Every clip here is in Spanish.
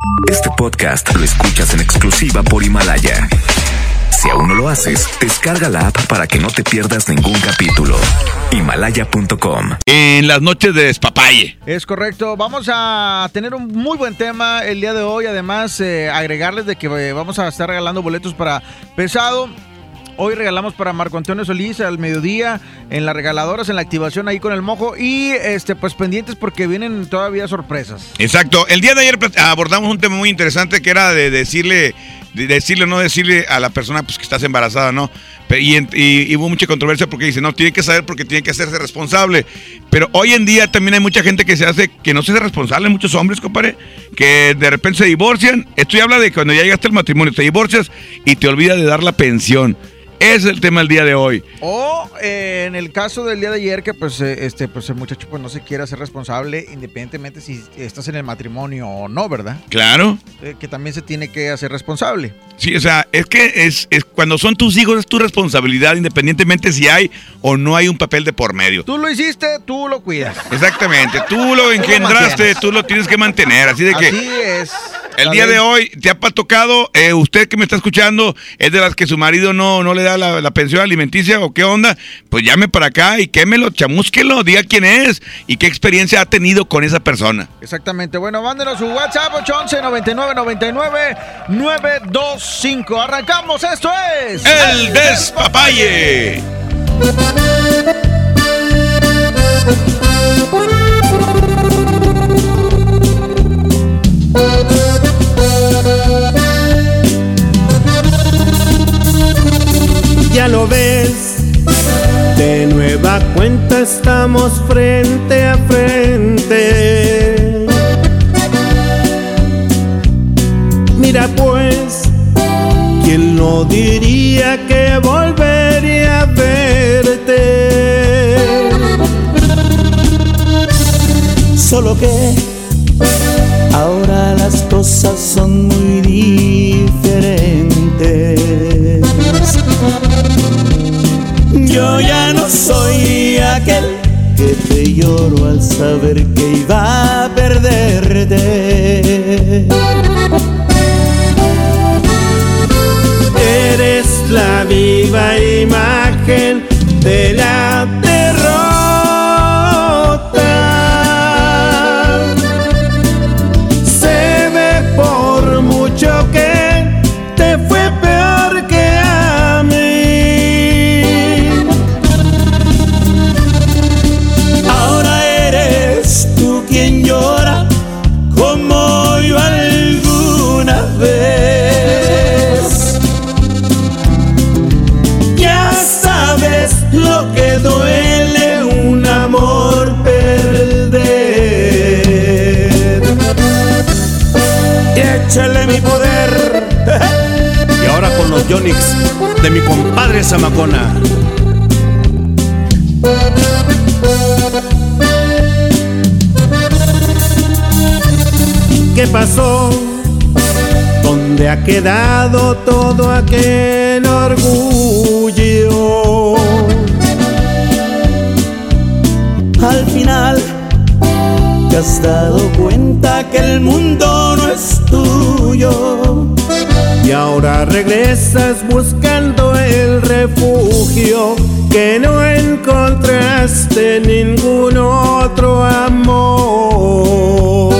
Este podcast lo escuchas en exclusiva por Himalaya. Si aún no lo haces, descarga la app para que no te pierdas ningún capítulo. Himalaya.com. En las noches de despapalle. Es correcto. Vamos a tener un muy buen tema el día de hoy. Además, agregarles de que vamos a estar regalando boletos para Pesado. Hoy regalamos para Marco Antonio Solís al mediodía en las regaladoras, en la activación ahí con el Mojo. Y pues pendientes porque vienen todavía sorpresas. Exacto. El día de ayer abordamos un tema muy interesante que era de decirle o no decirle a la persona pues que estás embarazada, ¿no? Y hubo mucha controversia porque dice, no, tiene que saber porque tiene que hacerse responsable. Pero hoy en día también hay mucha gente que no se hace responsable, muchos hombres, compadre, que de repente se divorcian. Esto ya habla de cuando ya llegaste al matrimonio, te divorcias y te olvidas de dar la pensión. Ese es el tema del día de hoy. O en el caso del día de ayer que pues el muchacho pues no se quiere hacer responsable independientemente si estás en el matrimonio o no, ¿verdad? Claro. Que también se tiene que hacer responsable. Sí, o sea, es que es cuando son tus hijos es tu responsabilidad independientemente si hay o no hay un papel de por medio. Tú lo hiciste, tú lo cuidas. Exactamente, tú lo engendraste, tú lo tienes que mantener, así es. El día de hoy te ha tocado, usted que me está escuchando, es de las que su marido no le da la pensión alimenticia o qué onda, pues llame para acá y quémelo, chamúsquelo, diga quién es y qué experiencia ha tenido con esa persona. Exactamente, bueno, mándenos su WhatsApp 811-9999-925. Arrancamos, esto es... El Despapalle. Ya lo ves, de nueva cuenta estamos frente a frente. Mira pues, ¿quién no diría que volvería a verte? Solo que ahora las cosas son muy diferentes. Yo ya no soy aquel que te lloro al saber que iba a perderte. Eres la viva imagen de la derrota. Se ve por mucho que te fue peor que a mí. Ahora eres tú quien llora como yo alguna vez. Ya sabes lo que duele un amor perder. Y échale mi poder. Y ahora con los Yonix de mi compadre Zamacona. ¿Qué pasó? ¿Dónde ha quedado todo aquel orgullo? Al final te has dado cuenta que el mundo no es tuyo y ahora regresas buscando el refugio que no encontraste en ningún otro amor.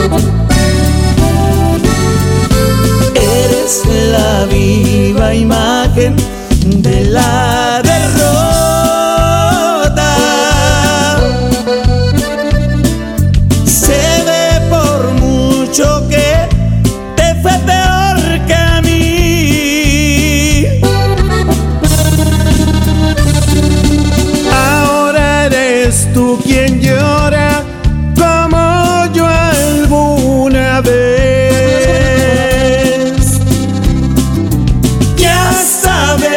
Eres la viva imagen de la derrota. Se ve por mucho que te fue peor que a mí. Ahora eres tú quien llora como yo alguna vez. Ya sabes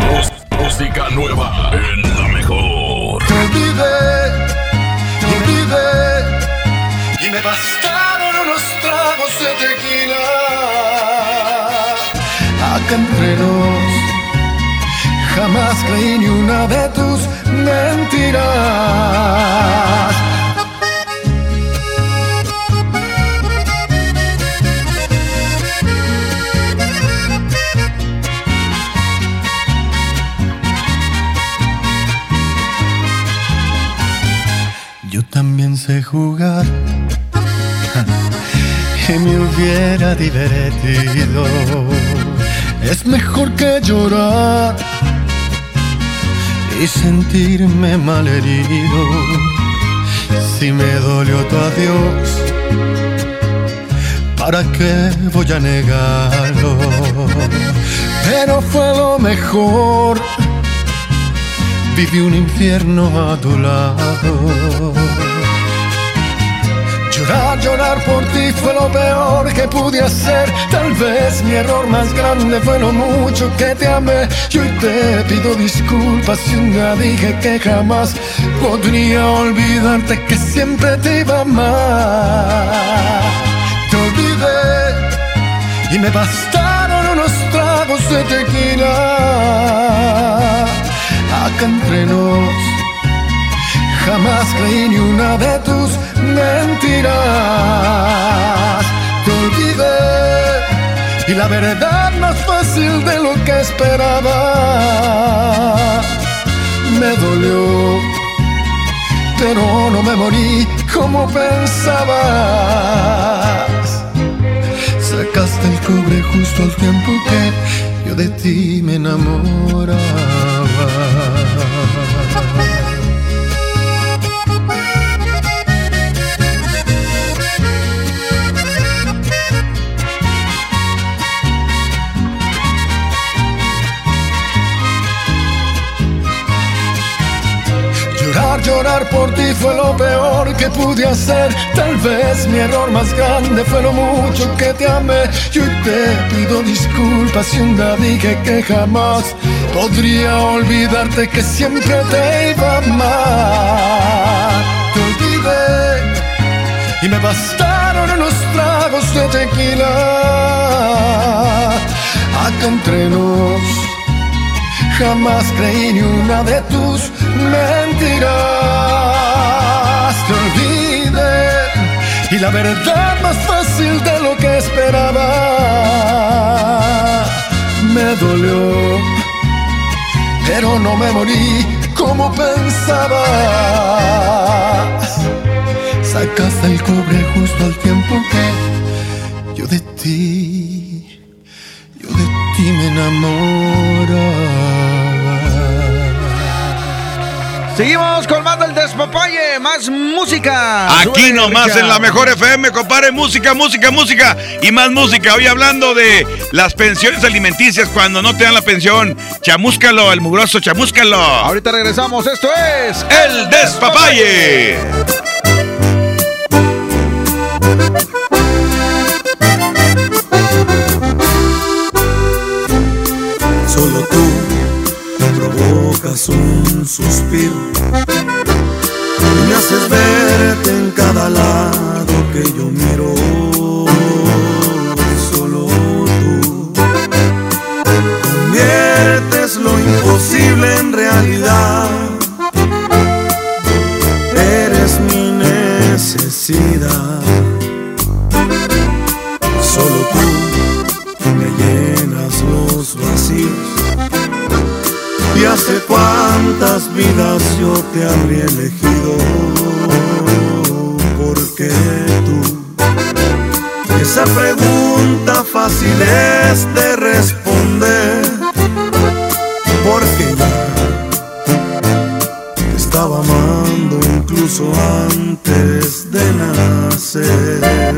Música nueva en la mejor. Te olvidé y me bastaron unos tragos de tequila. Acá entre nos, jamás creí ni una de tus mentiras. Yo también sé jugar y me hubiera divertido. Es mejor que llorar y sentirme malherido. Si me dolió tu adiós, ¿para qué voy a negarlo? Pero fue lo mejor. Viví un infierno a tu lado. Llorar por ti fue lo peor que pude hacer. Tal vez mi error más grande fue lo mucho que te amé. Y hoy te pido disculpas si un día dije que jamás podría olvidarte, que siempre te iba a amar. Te olvidé y me bastaron unos tragos de tequila. Acá entre nos, jamás creí ni una de tus mentiras. Te olvidé y la verdad más fácil de lo que esperaba. Me dolió, pero no me morí como pensabas. Sacaste el cobre justo al tiempo que yo de ti me enamoraba. Llorar por ti fue lo peor que pude hacer. Tal vez mi error más grande fue lo mucho que te amé. Y hoy te pido disculpas si un día dije que jamás podría olvidarte, que siempre te iba a amar. Te olvidé y me bastaron unos tragos de tequila. Acá entre nos, jamás creí ni una de tus mentiras. Te olvidé y la verdad más fácil de lo que esperaba. Me dolió, pero no me morí como pensabas. Sacaste el cobre justo al tiempo que yo de ti me enamoraba. Seguimos con más del Despapalle, más música. Aquí nomás en la mejor FM, compadre, música y más música. Hoy hablando de las pensiones alimenticias cuando no te dan la pensión. Chamúscalo, el mugroso, chamúscalo. Ahorita regresamos, esto es El Despapalle. Solo tú provocas un suspiro y me haces verte en cada lado que yo miro. Solo tú conviertes lo imposible en realidad. Eres mi necesidad. Solo tú me llenas los vacíos. Y hace cuántas vidas yo te habría elegido, porque tú, esa pregunta fácil es de responder, porque ya te estaba amando incluso antes de nacer.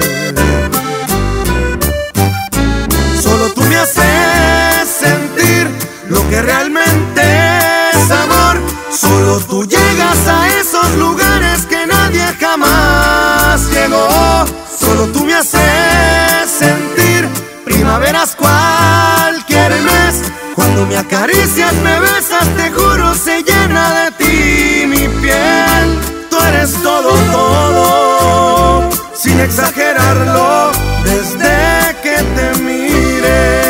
Solo tú me haces sentir lo que realmente es amor. Solo tú llegas a esos lugares que nadie jamás llegó. Solo tú me haces sentir primaveras cualquier mes, cuando Cuando me acaricias, me besas, te juro, se llena de ti mi piel. Tú eres todo, todo, sin exagerarlo, desde que te miré.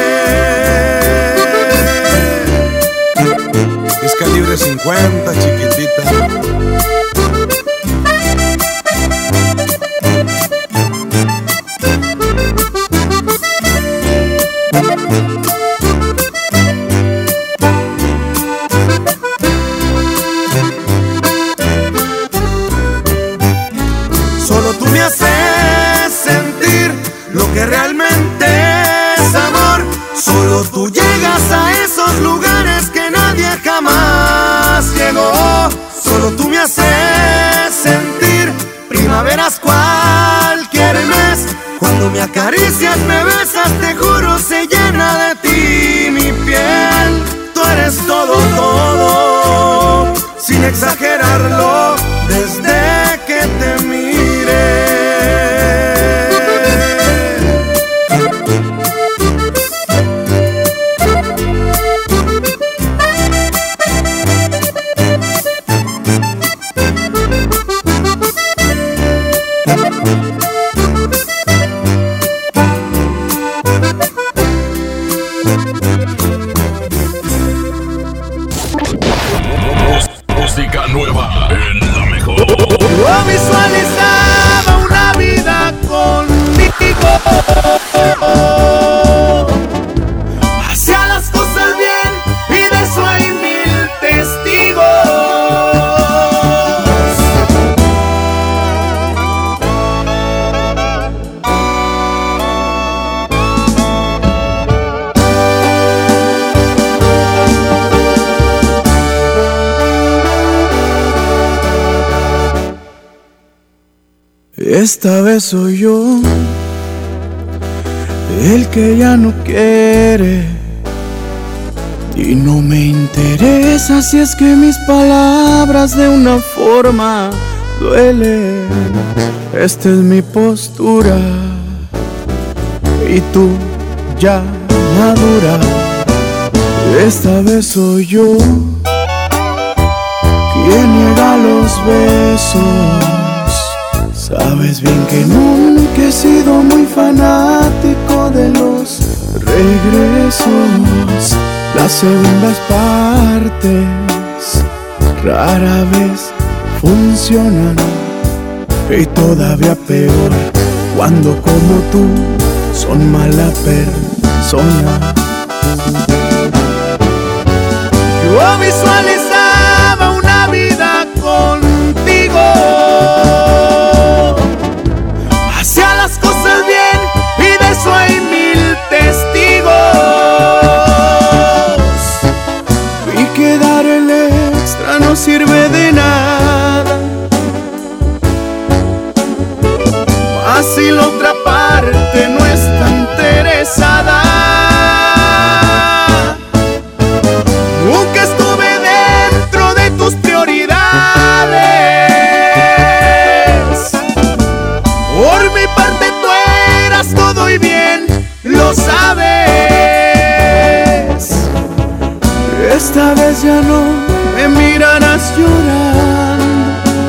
Es calibre 50, chiquitita. Solo tú me haces sentir lo que realmente es amor. Solo tú llegas a esos lugares que nadie jamás llegó. Solo tú me haces sentir primaveras cualquier mes. Cuando me acaricias, me besas, te juro, se llena de ti mi piel. Tú eres todo, todo, sin exagerarlo, desde que te miré. Música nueva en la mejor. Yo visualizaba una vida contigo. Hacía las cosas bien y de eso hay 1000 testigos. Esta vez soy yo el que ya no quiere, y no me interesa si es que mis palabras de una forma duelen. Esta es mi postura y tú ya madura. Esta vez soy yo quien niega los besos. Sabes bien que nunca he sido muy fanático de los regresos. Las segundas partes rara vez funcionan, y todavía peor cuando como tú son mala persona. Yo visualizaba una vida contigo. Hacía las cosas bien y de eso hay 1000 testigos. Y quedar el extra no sirve de nada, más si la otra parte no está interesada. Nunca estuve dentro de tus prioridades. Por mi parte tú eras todo y bien lo sabes. esta vez ya no me mirarás llorando.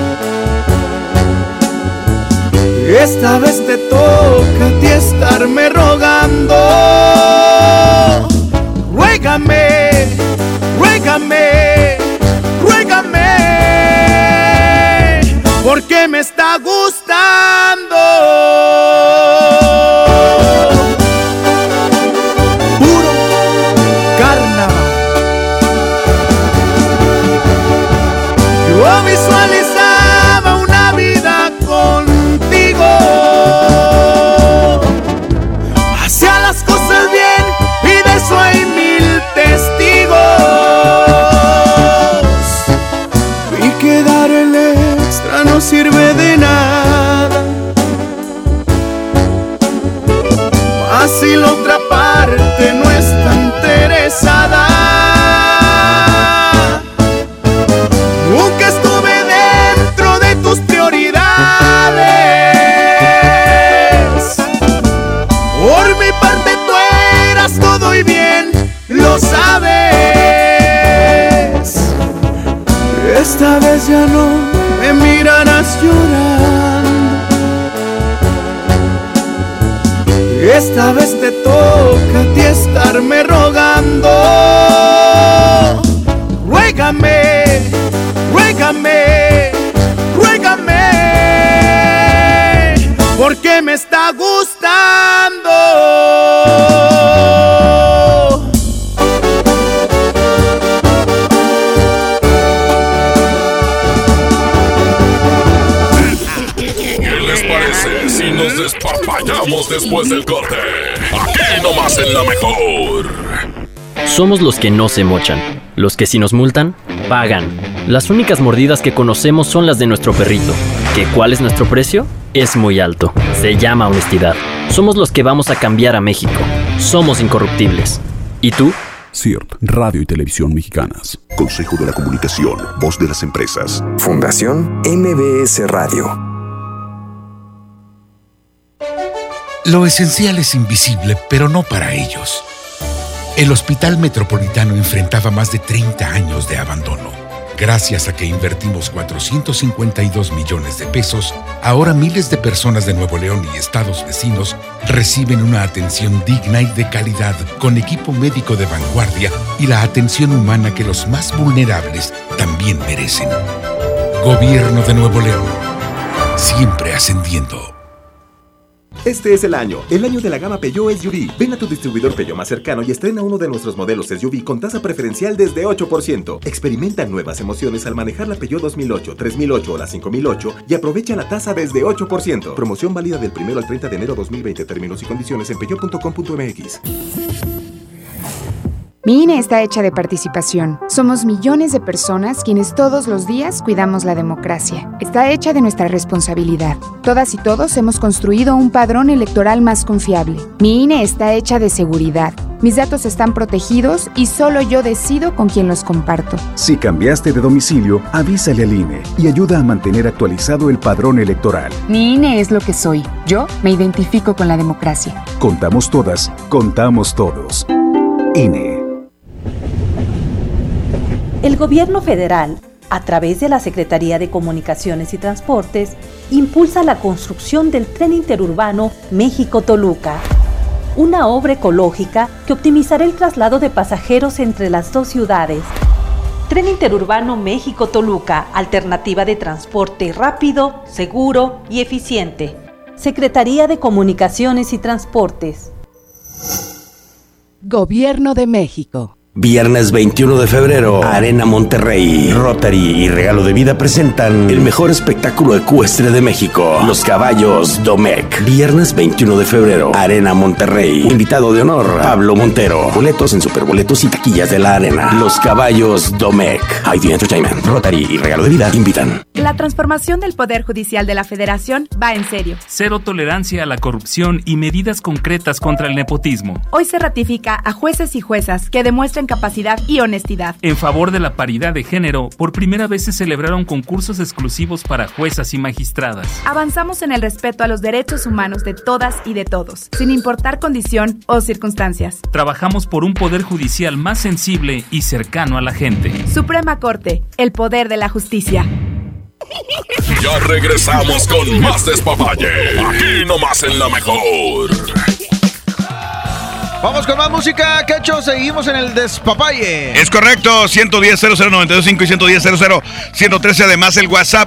Esta vez te toca a ti estarme rogando. Ruégame, ruégame, ruégame, porque me está gustando. Puro carnaval. Yo visualizaba una vida contigo. Hacía las cosas bien y de eso hay 1000 testigos. Y quedar el extra no sirve de nada, más si la otra parte no está interesada. Nunca estuve dentro de tus prioridades. Por mi parte tú eras todo y bien lo sabes. esta vez ya no me mirarás llorando. Esta vez te toca a ti estarme rogando. Ruégame, ruégame, ruégame, porque me está gustando. ¿Qué les parece si nos despapallamos después del corte? Aquí nomás en La Mejor. Somos los que no se mochan, los que si nos multan, pagan. Las únicas mordidas que conocemos son las de nuestro perrito. ¿Que cuál es nuestro precio? Es muy alto. Se llama honestidad. Somos los que vamos a cambiar a México. Somos incorruptibles. ¿Y tú? CIRT, Radio y Televisión Mexicanas. Consejo de la Comunicación, voz de las empresas. Fundación MBS Radio. Lo esencial es invisible, pero no para ellos. El Hospital Metropolitano enfrentaba más de 30 años de abandono. Gracias a que invertimos 452 millones de pesos, ahora miles de personas de Nuevo León y estados vecinos reciben una atención digna y de calidad con equipo médico de vanguardia y la atención humana que los más vulnerables también merecen. Gobierno de Nuevo León, siempre ascendiendo. Este es el año de la gama Peugeot SUV. Ven a tu distribuidor Peugeot más cercano y estrena uno de nuestros modelos SUV con tasa preferencial desde 8%. Experimenta nuevas emociones al manejar la Peugeot 2008, 3008 o la 5008 y aprovecha la tasa desde 8%. Promoción válida del 1 al 30 de enero 2020. Términos y condiciones en peugeot.com.mx. Mi INE está hecha de participación. Somos millones de personas quienes todos los días cuidamos la democracia. Está hecha de nuestra responsabilidad. Todas y todos hemos construido un padrón electoral más confiable. Mi INE está hecha de seguridad. Mis datos están protegidos y solo yo decido con quién los comparto. Si cambiaste de domicilio, avísale al INE y ayuda a mantener actualizado el padrón electoral. Mi INE es lo que soy. Yo me identifico con la democracia. Contamos todas, contamos todos. INE. El Gobierno federal, a través de la Secretaría de Comunicaciones y Transportes, impulsa la construcción del Tren Interurbano México-Toluca, una obra ecológica que optimizará el traslado de pasajeros entre las dos ciudades. Tren Interurbano México-Toluca, alternativa de transporte rápido, seguro y eficiente. Secretaría de Comunicaciones y Transportes. Gobierno de México. Viernes 21 de febrero, Arena Monterrey, Rotary y Regalo de Vida presentan el mejor espectáculo ecuestre de México, Los Caballos Domecq. Viernes 21 de febrero, Arena Monterrey. Invitado de honor, Pablo Montero. Boletos en Superboletos y taquillas de la Arena. Los Caballos Domecq. ID Entertainment, Rotary y Regalo de Vida invitan. La transformación del Poder Judicial de la Federación va en serio. Cero tolerancia a la corrupción y medidas concretas contra el nepotismo. Hoy se ratifica a jueces y juezas que demuestren capacidad y honestidad. En favor de la paridad de género, por primera vez se celebraron concursos exclusivos para juezas y magistradas. Avanzamos en el respeto a los derechos humanos de todas y de todos, sin importar condición o circunstancias. Trabajamos por un poder judicial más sensible y cercano a la gente. Suprema Corte, el poder de la justicia. Ya regresamos con más despapalle. Aquí nomás en La Mejor. Vamos con más música, Quecho, seguimos en el despapalle. Es correcto, 110-00-925 y 110-00-113, además el WhatsApp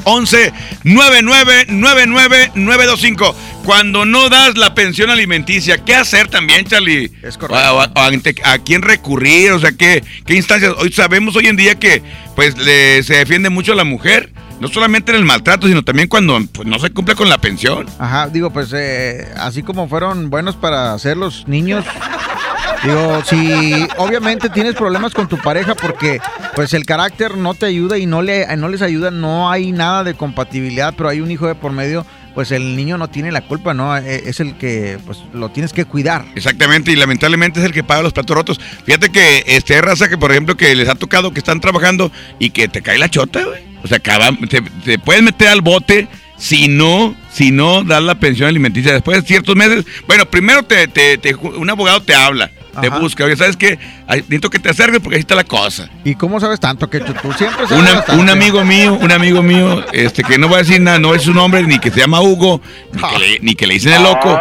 811-9999-925. Cuando no das la pensión alimenticia, ¿qué hacer también, Charlie? Es correcto. ¿A quién recurrir? O sea, ¿qué instancias? Hoy sabemos hoy en día que pues se defiende mucho a la mujer. No solamente en el maltrato, sino también cuando pues, no se cumple con la pensión. Ajá, digo, pues así como fueron buenos para hacer los niños, digo, si obviamente tienes problemas con tu pareja porque pues el carácter no te ayuda y no les ayuda, no hay nada de compatibilidad, pero hay un hijo de por medio, pues el niño no tiene la culpa, ¿no? Es el que pues lo tienes que cuidar. Exactamente, y lamentablemente es el que paga los platos rotos. Fíjate que hay raza que, por ejemplo, que les ha tocado que están trabajando y que te cae la chota, güey. O sea, te puedes meter al bote si no das la pensión alimenticia después de ciertos meses. Bueno, primero un abogado te habla, te busca. Oye, ¿sabes qué? Necesito que te acerques porque ahí está la cosa. ¿Y cómo sabes tanto, que tú siempre sabes bastante? Un amigo mío, que no voy a decir nada, no es su nombre, ni que se llama Hugo, ni que le dicen el loco.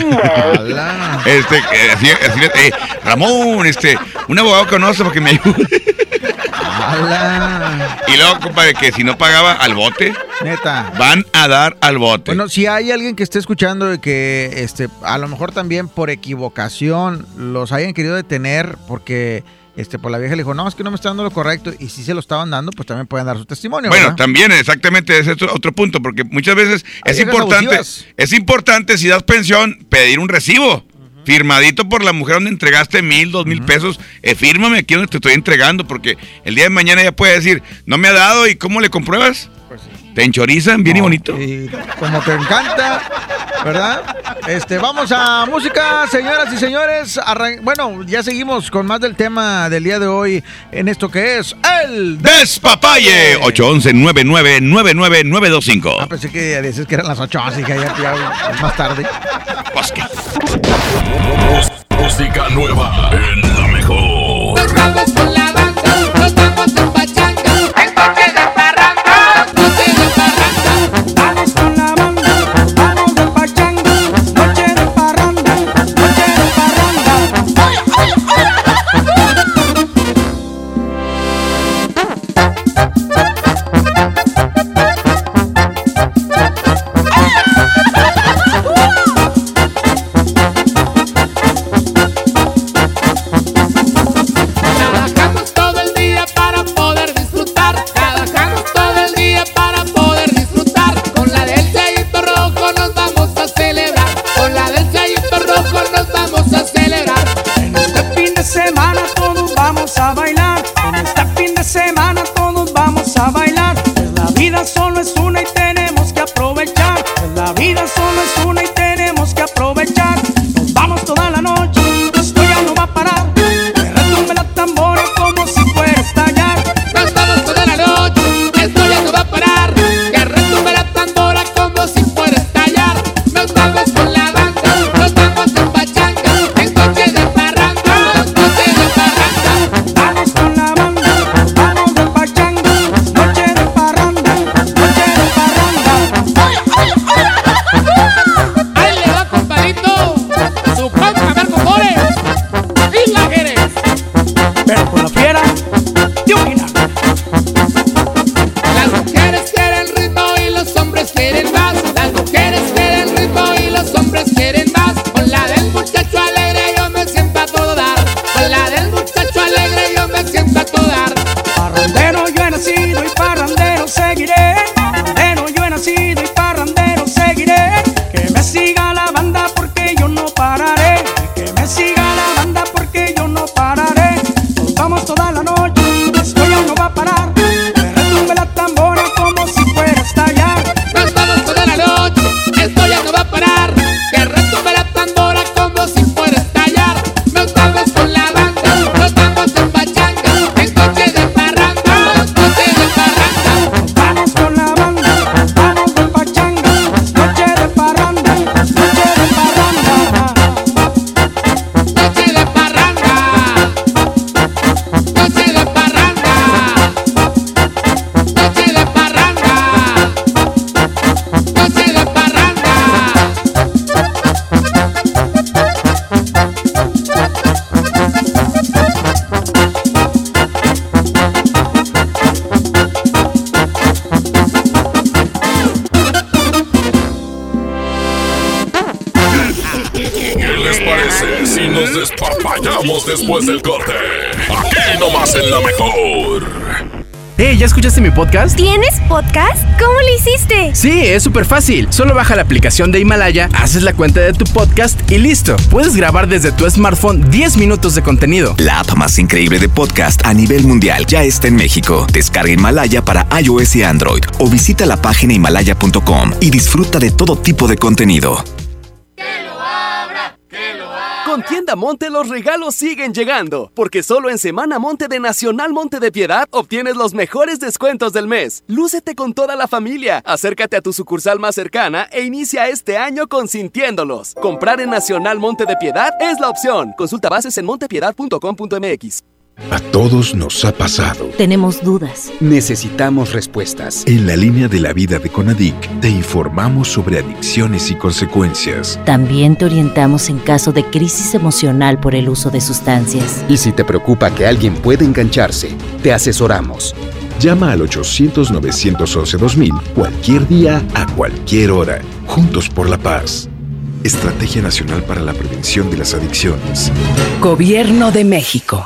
Ramón, un abogado conoce porque me ayude. Y luego, compadre, que si no pagaba al bote, neta, van a dar al bote. Bueno, si hay alguien que esté escuchando de que a lo mejor también por equivocación los hayan querido detener porque pues la vieja le dijo, no, es que no me está dando lo correcto, y si se lo estaban dando, pues también pueden dar su testimonio. Bueno, ¿verdad? también exactamente ese es otro punto, porque muchas veces es importante si das pensión pedir un recibo. Firmadito por la mujer donde entregaste 1,000, 2,000 pesos, fírmame aquí donde te estoy entregando, porque el día de mañana ella puede decir, no me ha dado, ¿y cómo le compruebas? Pues sí. Te enchorizan bien y bonito. Y como te encanta, ¿verdad? Vamos a música, señoras y señores. Bueno, ya seguimos con más del tema del día de hoy en esto que es el Despapalle. 811-999925. Pensé que dices que eran las 8, así que ya más tarde. Música nueva en la mejor. Nos vamos con la banda, nos vamos en pachanga. Es noche de parranda, noche de parranda. Vamos con la banda, vamos de pachanga. Noche de parranda, noche de parranda. Solo es una y tenemos que aprovechar. La vida solo es una y tenemos que aprovechar. Nos vamos toda la noche, esto ya no va a parar. Que retumbe la tambora como si fuera a estallar. Nos vamos toda la noche, esto ya no va a parar. Que retumbe la tambora como si fuera a estallar. Nos vamos con la banda, nos vamos en pachanga. Es noche de parranda, noche de parranda. Vamos con la banda, vamos de pachanga. Noche de parranda. Ahí le va, compadrito, su compa Marco Flores y la Jerez, pero con la fiera de Ojina. Las mujeres quieren ritmo y los hombres quieren más. Las mujeres quieren ritmo y los hombres quieren más. Con la del muchacho alegre yo me siento a todo dar. Con la del muchacho alegre yo me siento a todo dar. Parrandero yo he nacido y parrandero seguiré. Y parrandero seguiré. Que me siga la banda porque yo no pararé. Que me siga la banda porque yo no pararé. Nos vamos toda la noche, esto ya no va a parar. Que retumbe la tambora como si fuera a estallar. Nos vamos toda la noche, esto ya no va a parar. Que retumbe la tambora como si fuera a estallar. Nos vamos con la banda, nos vamos en pachanga. Es noche de parranda, noche de parranda. Nos vamos con la banda. Si nos despapallamos después del corte. Aquí nomás en la mejor. Hey, ¿ya escuchaste mi podcast? ¿Tienes podcast? ¿Cómo lo hiciste? Sí, es súper fácil. Solo baja la aplicación de Himalaya, haces la cuenta de tu podcast y listo. Puedes grabar desde tu smartphone 10 minutos de contenido. La app más increíble de podcast a nivel mundial ya está en México. Descarga Himalaya para iOS y Android o visita la página himalaya.com y disfruta de todo tipo de contenido. Con Tienda Monte los regalos siguen llegando, porque solo en Semana Monte de Nacional Monte de Piedad obtienes los mejores descuentos del mes. Lúcete con toda la familia. Acércate a tu sucursal más cercana e inicia este año consintiéndolos. Comprar en Nacional Monte de Piedad es la opción. Consulta bases en montepiedad.com.mx. A todos nos ha pasado. Tenemos dudas. Necesitamos respuestas. En la línea de la vida de CONADIC te informamos sobre adicciones y consecuencias. También te orientamos en caso de crisis emocional por el uso de sustancias. Y si te preocupa que alguien pueda engancharse, te asesoramos. Llama al 800-911-2000 cualquier día, a cualquier hora. Juntos por la paz. Estrategia Nacional para la Prevención de las Adicciones. Gobierno de México.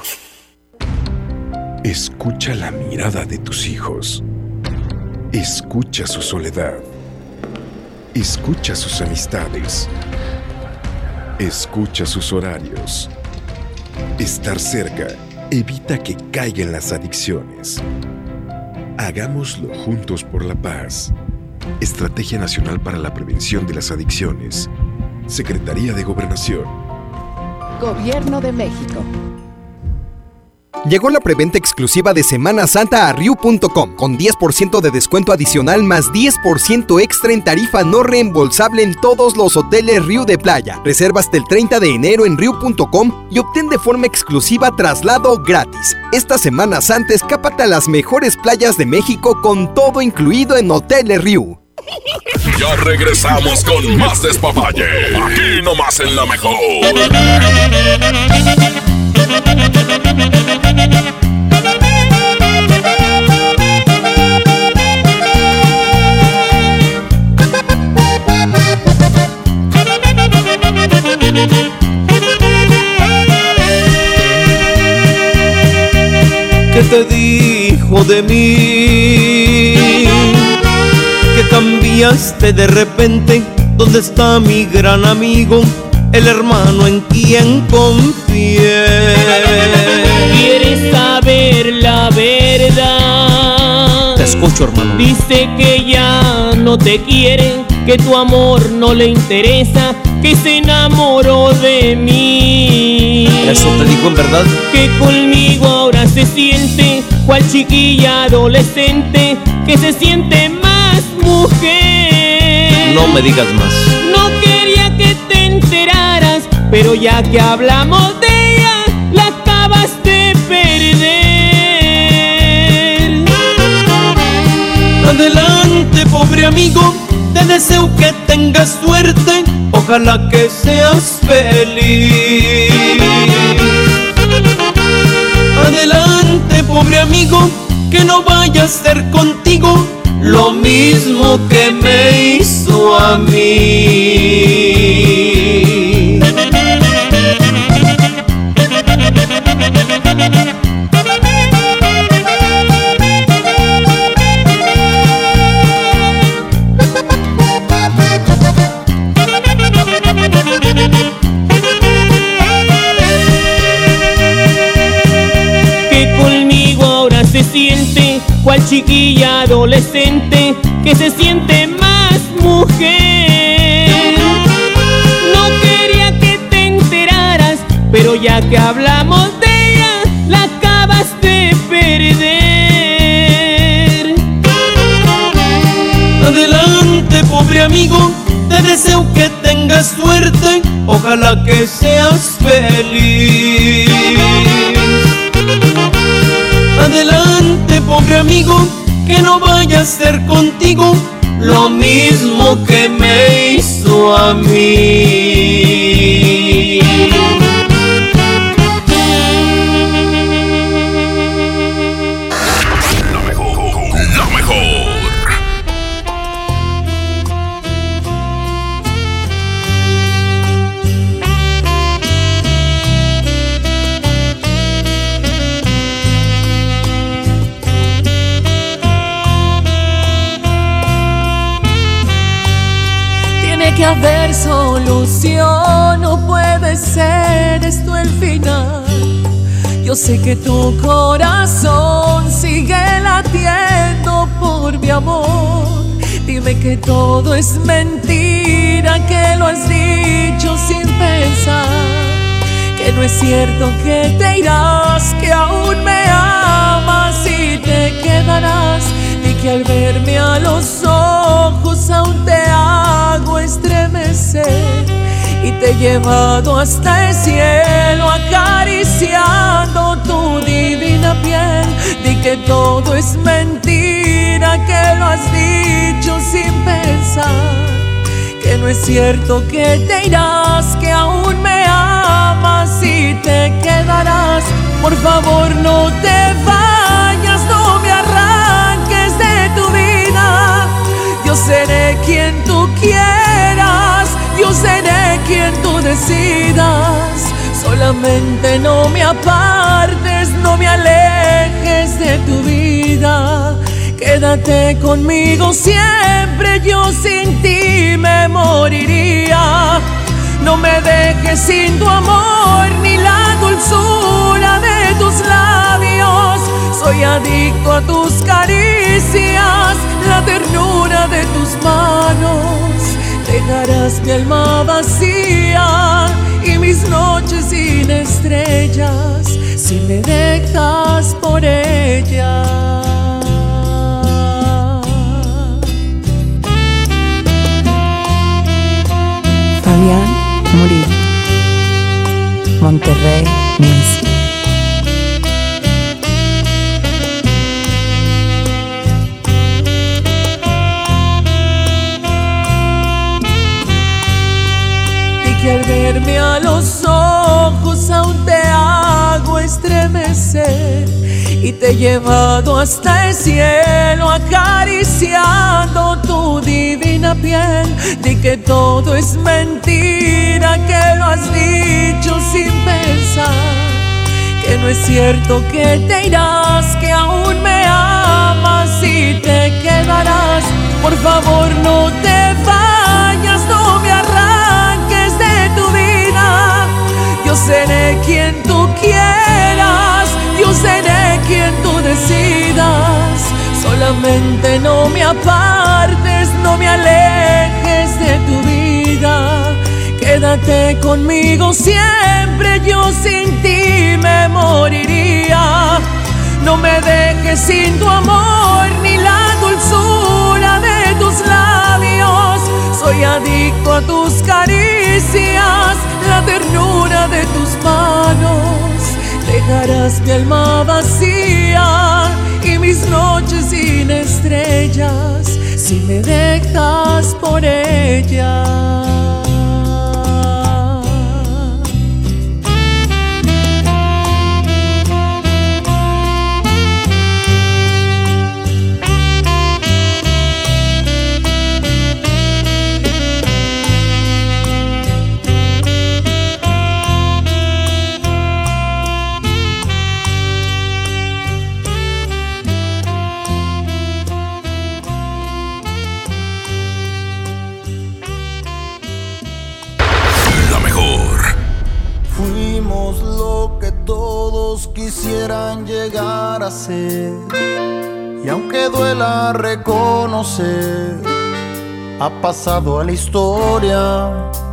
Escucha la mirada de tus hijos. Escucha su soledad. Escucha sus amistades. Escucha sus horarios. Estar cerca evita que caigan las adicciones. Hagámoslo juntos por la paz. Estrategia Nacional para la Prevención de las Adicciones. Secretaría de Gobernación. Gobierno de México. Llegó la preventa exclusiva de Semana Santa a Riu.com, con 10% de descuento adicional más 10% extra en tarifa no reembolsable en todos los hoteles Riu de playa. Reserva hasta el 30 de enero en Riu.com y obtén de forma exclusiva traslado gratis. Esta Semana Santa escápate a las mejores playas de México con todo incluido en Hoteles Riu. Ya regresamos con más despapalle. Aquí nomás en La Mejor. ¿Qué te dijo de mí? Que cambiaste de repente. ¿Dónde está mi gran amigo? El hermano en quien confié. ¿Quieres saber la verdad? Te escucho, hermano. Dice que ya no te quiere, que tu amor no le interesa, que se enamoró de mí. ¿Eso te dijo en verdad? Que conmigo ahora se siente cual chiquilla adolescente, que se siente más mujer. No me digas más. No quería que te enteraras, pero ya que hablamos de ella, la acabas de perder. Adelante, pobre amigo, te deseo que tengas suerte, ojalá que seas feliz. Adelante, pobre amigo, que no vaya a ser contigo lo mismo que me hizo a mí. Que conmigo ahora se siente cual chiquilla adolescente, que se siente más mujer. No quería que te enteraras, pero ya que hablamos de ella, la acabas de perder. Adelante, pobre amigo, te deseo que tengas suerte, ojalá que seas feliz. Adelante, pobre amigo, que no vaya a ser contigo lo mismo que me hizo a mí. La mejor. Tiene que haber solución, no puede ser esto el final. Yo sé que tu corazón sigue latiendo por mi amor. Dime que todo es mentira, que lo has dicho sin pensar. que no es cierto que te irás, que aún me amas y te quedarás, y que al verme a los ojos aún te hago estremecer, y te he llevado hasta el cielo acariciando tu divina piel. Di que todo es mentira, que lo has dicho sin pensar, que no es cierto que te irás, que aún me amas y te quedarás. Por favor no te vayas, no me arranques de tu vida. Yo seré quien tú quieras, yo seré quien tú decidas. Solamente no me apartes, no me alejes de tu vida. Quédate conmigo siempre, yo sin ti me moriría. No me dejes sin tu amor, ni la dulzura de tus labios. Soy adicto a tus caricias, la ternura de tus manos. Dejarás mi alma vacía y mis noches sin estrellas si me dejas por ella. Fabián Murillo, Monterrey Music. Y al verme a los ojos aún te hago estremecer, y te he llevado hasta el cielo acariciando tu divina piel. Di que todo es mentira, que lo has dicho sin pensar, que no es cierto que te irás, que aún me amas y te quedarás. Por favor no te vayas, no me arranques de tu vida. Yo seré quien tú quieras, yo seré quien tú decidas. Solamente no me apartes, no me alejes de tu vida. Quédate conmigo siempre, yo sin ti me moriría. No me dejes sin tu amor, ni la dulzura de tus labios. Soy adicto a tus caricias, la ternura de tus manos. Dejarás mi alma vacía y mis noches sin estrellas si me dejas por ella. Quisieran llegar a ser, y aunque duela reconocer, ha pasado a la historia.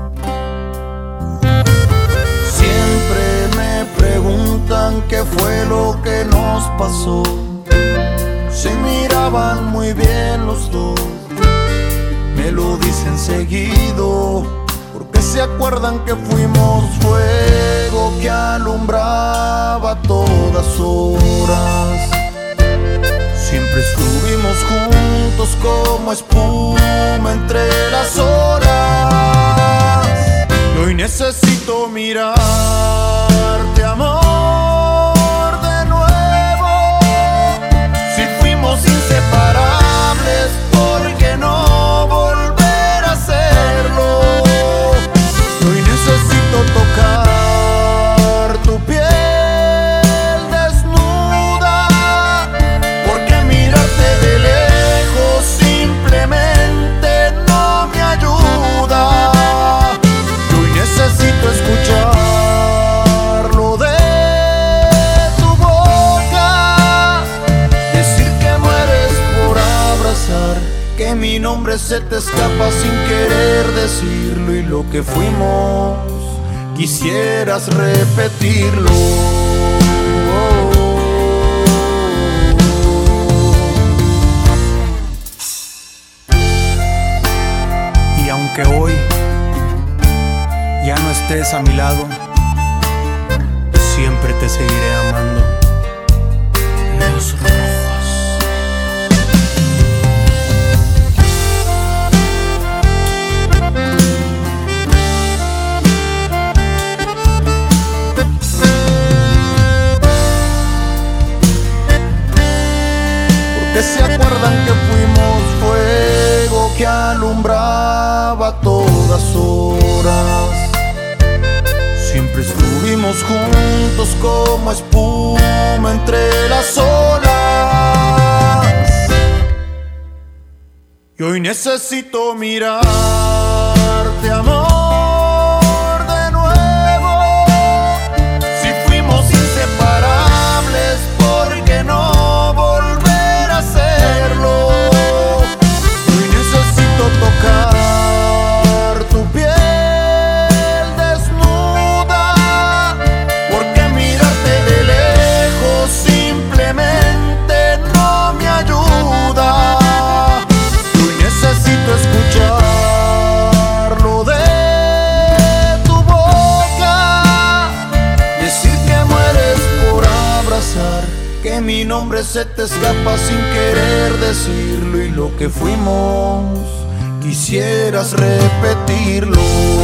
Siempre me preguntan qué fue lo que nos pasó. Se miraban muy bien los dos, me lo dicen seguido, porque se acuerdan que fuimos fuego que alumbraba a todas horas. Siempre estuvimos juntos como espuma entre las horas. Y hoy necesito mirarte, amor, de nuevo. Si fuimos inseparables, ¿por qué no volver a hacerlo? Hoy necesito tocar tu piel desnuda, porque mirarte de lejos simplemente no me ayuda. Hoy necesito escucharlo de tu boca, decir que mueres por abrazar, que mi nombre se te escapa sin querer decirlo, y lo que fuimos quisieras repetirlo. Y aunque hoy ya no estés a mi lado, siempre te seguiré amando. Los Rojos. Porque se acuerdan que fuimos fuego que alumbraba a todas horas. Siempre estuvimos juntos como espuma entre las olas. Y hoy necesito mirarte, amor, de nuevo. Si fuimos inseparables, ¿por qué no volver a hacerlo? Hoy necesito tocar tu piel. Escucharlo de tu boca, decir que mueres por abrazar, que mi nombre se te escapa sin querer decirlo, y lo que fuimos quisieras repetirlo.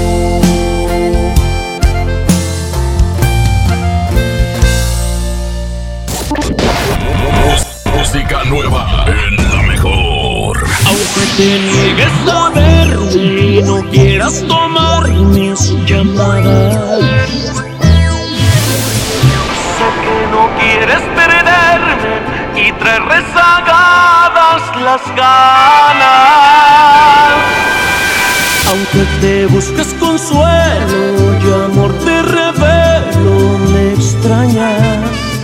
Música nueva en la mejor. Aunque te niegues a verme y no quieras tomar mis llamadas, sé que no quieres perderme y traes rezagadas las ganas. Aunque te busques consuelo y amor te revelo, me extrañas.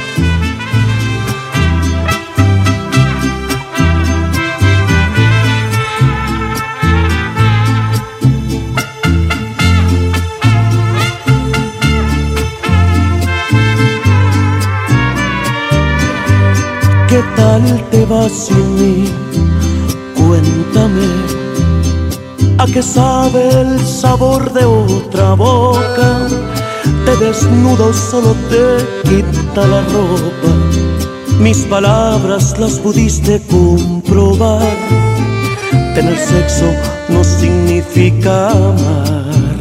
¿Qué tal te va sin mí? Cuéntame. ¿A qué sabe el sabor de otra boca? Te desnudo, solo te quita la ropa. Mis palabras las pudiste comprobar. Tener sexo no significa amar.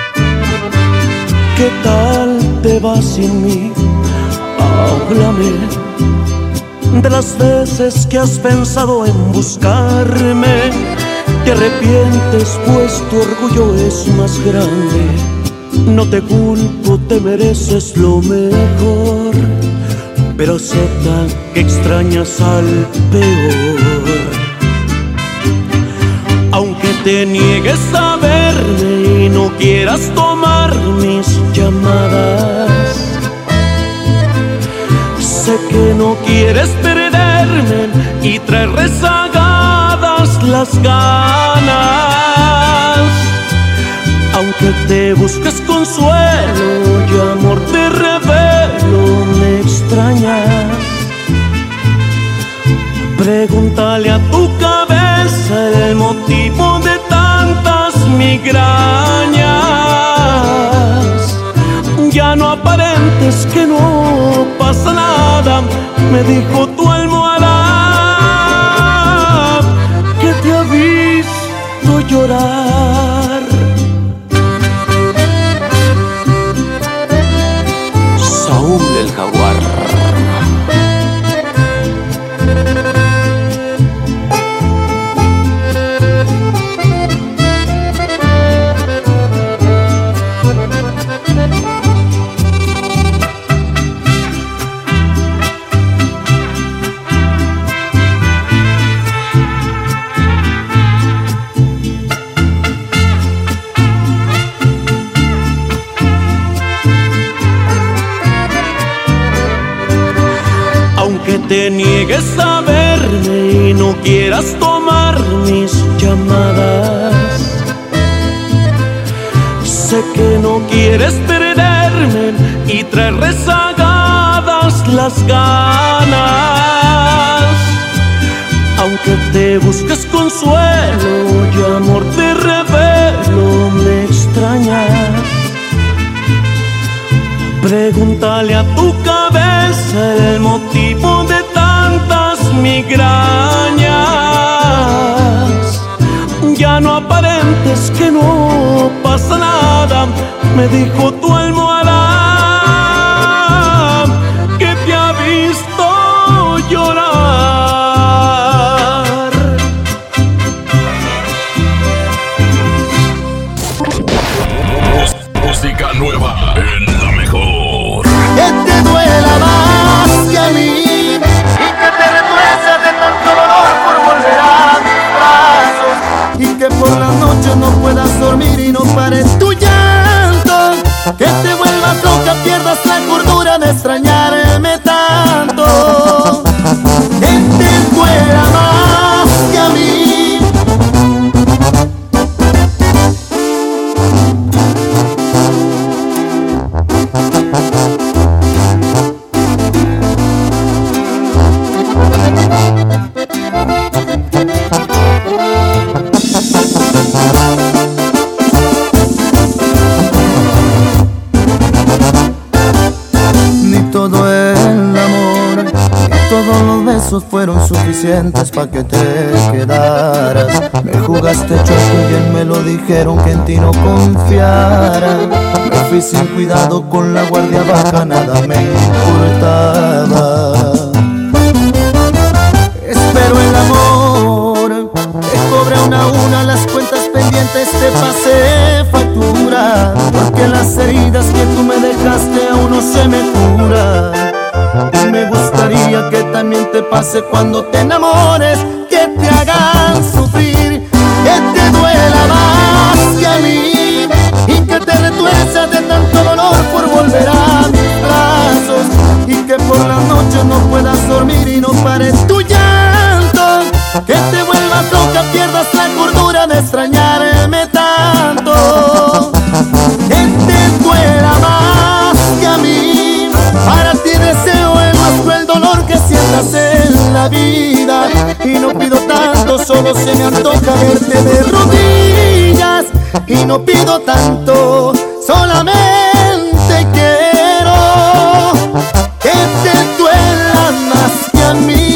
¿Qué tal te va sin mí? Háblame de las veces que has pensado en buscarme. Te arrepientes pues tu orgullo es más grande. No te culpo, te mereces lo mejor, pero acepta que extrañas al peor. Aunque te niegues a verme y no quieras tomar mis llamadas, sé que no quieres perderme y traes rezagadas las ganas. Aunque te busques consuelo y amor te revelo, me extrañas. Pregúntale a tu cabeza el motivo de tantas migrañas. Ya no aparentes que no pasa nada, me dijo tu almohada, que te ha visto llorar. Saúl el Jaguar. Te niegues a verme y no quieras tomar mis llamadas, sé que no quieres perderme y traer rezagadas las ganas. Aunque te busques consuelo y amor te revelo, me extrañas. Pregúntale a tu cabeza el motivo de tantas migrañas. Ya no aparentes que no pasa nada, me dijo tu almohada que te ha visto llorar. Música nueva en La Mejor. Que te duela más que a mí y que te retuerzas de tanto dolor por volver a mis brazos, y que por las noches no puedas dormir y no pares tu llanto, que te vuelvas loca, pierdas la cordura de extrañarme tanto. Que te duela más que a mí. Ni todo el amor, ni todos los besos fueron suficientes para que te quedaras. Me jugaste chueco y bien me lo dijeron que en ti no confiara. Me fui sin cuidado con la guardia baja, nada me importaba. Espero el amor, te cobré una a una las cuentas pendientes, te pasé factura, porque las heridas que tú me dejaste aún no se me curan. Y me gustaría que también te pase cuando te enamores, que te hagan sufrir, que te duela más que a mí y que te retuerzas de tanto dolor por volver a mis brazos, y que por las noches no puedas dormir y no pares tu llanto, que te vuelvas loca, pierdas la cordura de extrañarme tanto. Que te duela más que a mí, para ti deseo el más cruel dolor que sientas en la vida, y no pido tanto, solo se me antoja verte de rodillas, y no pido tanto, solamente quiero que te duela más que a mí.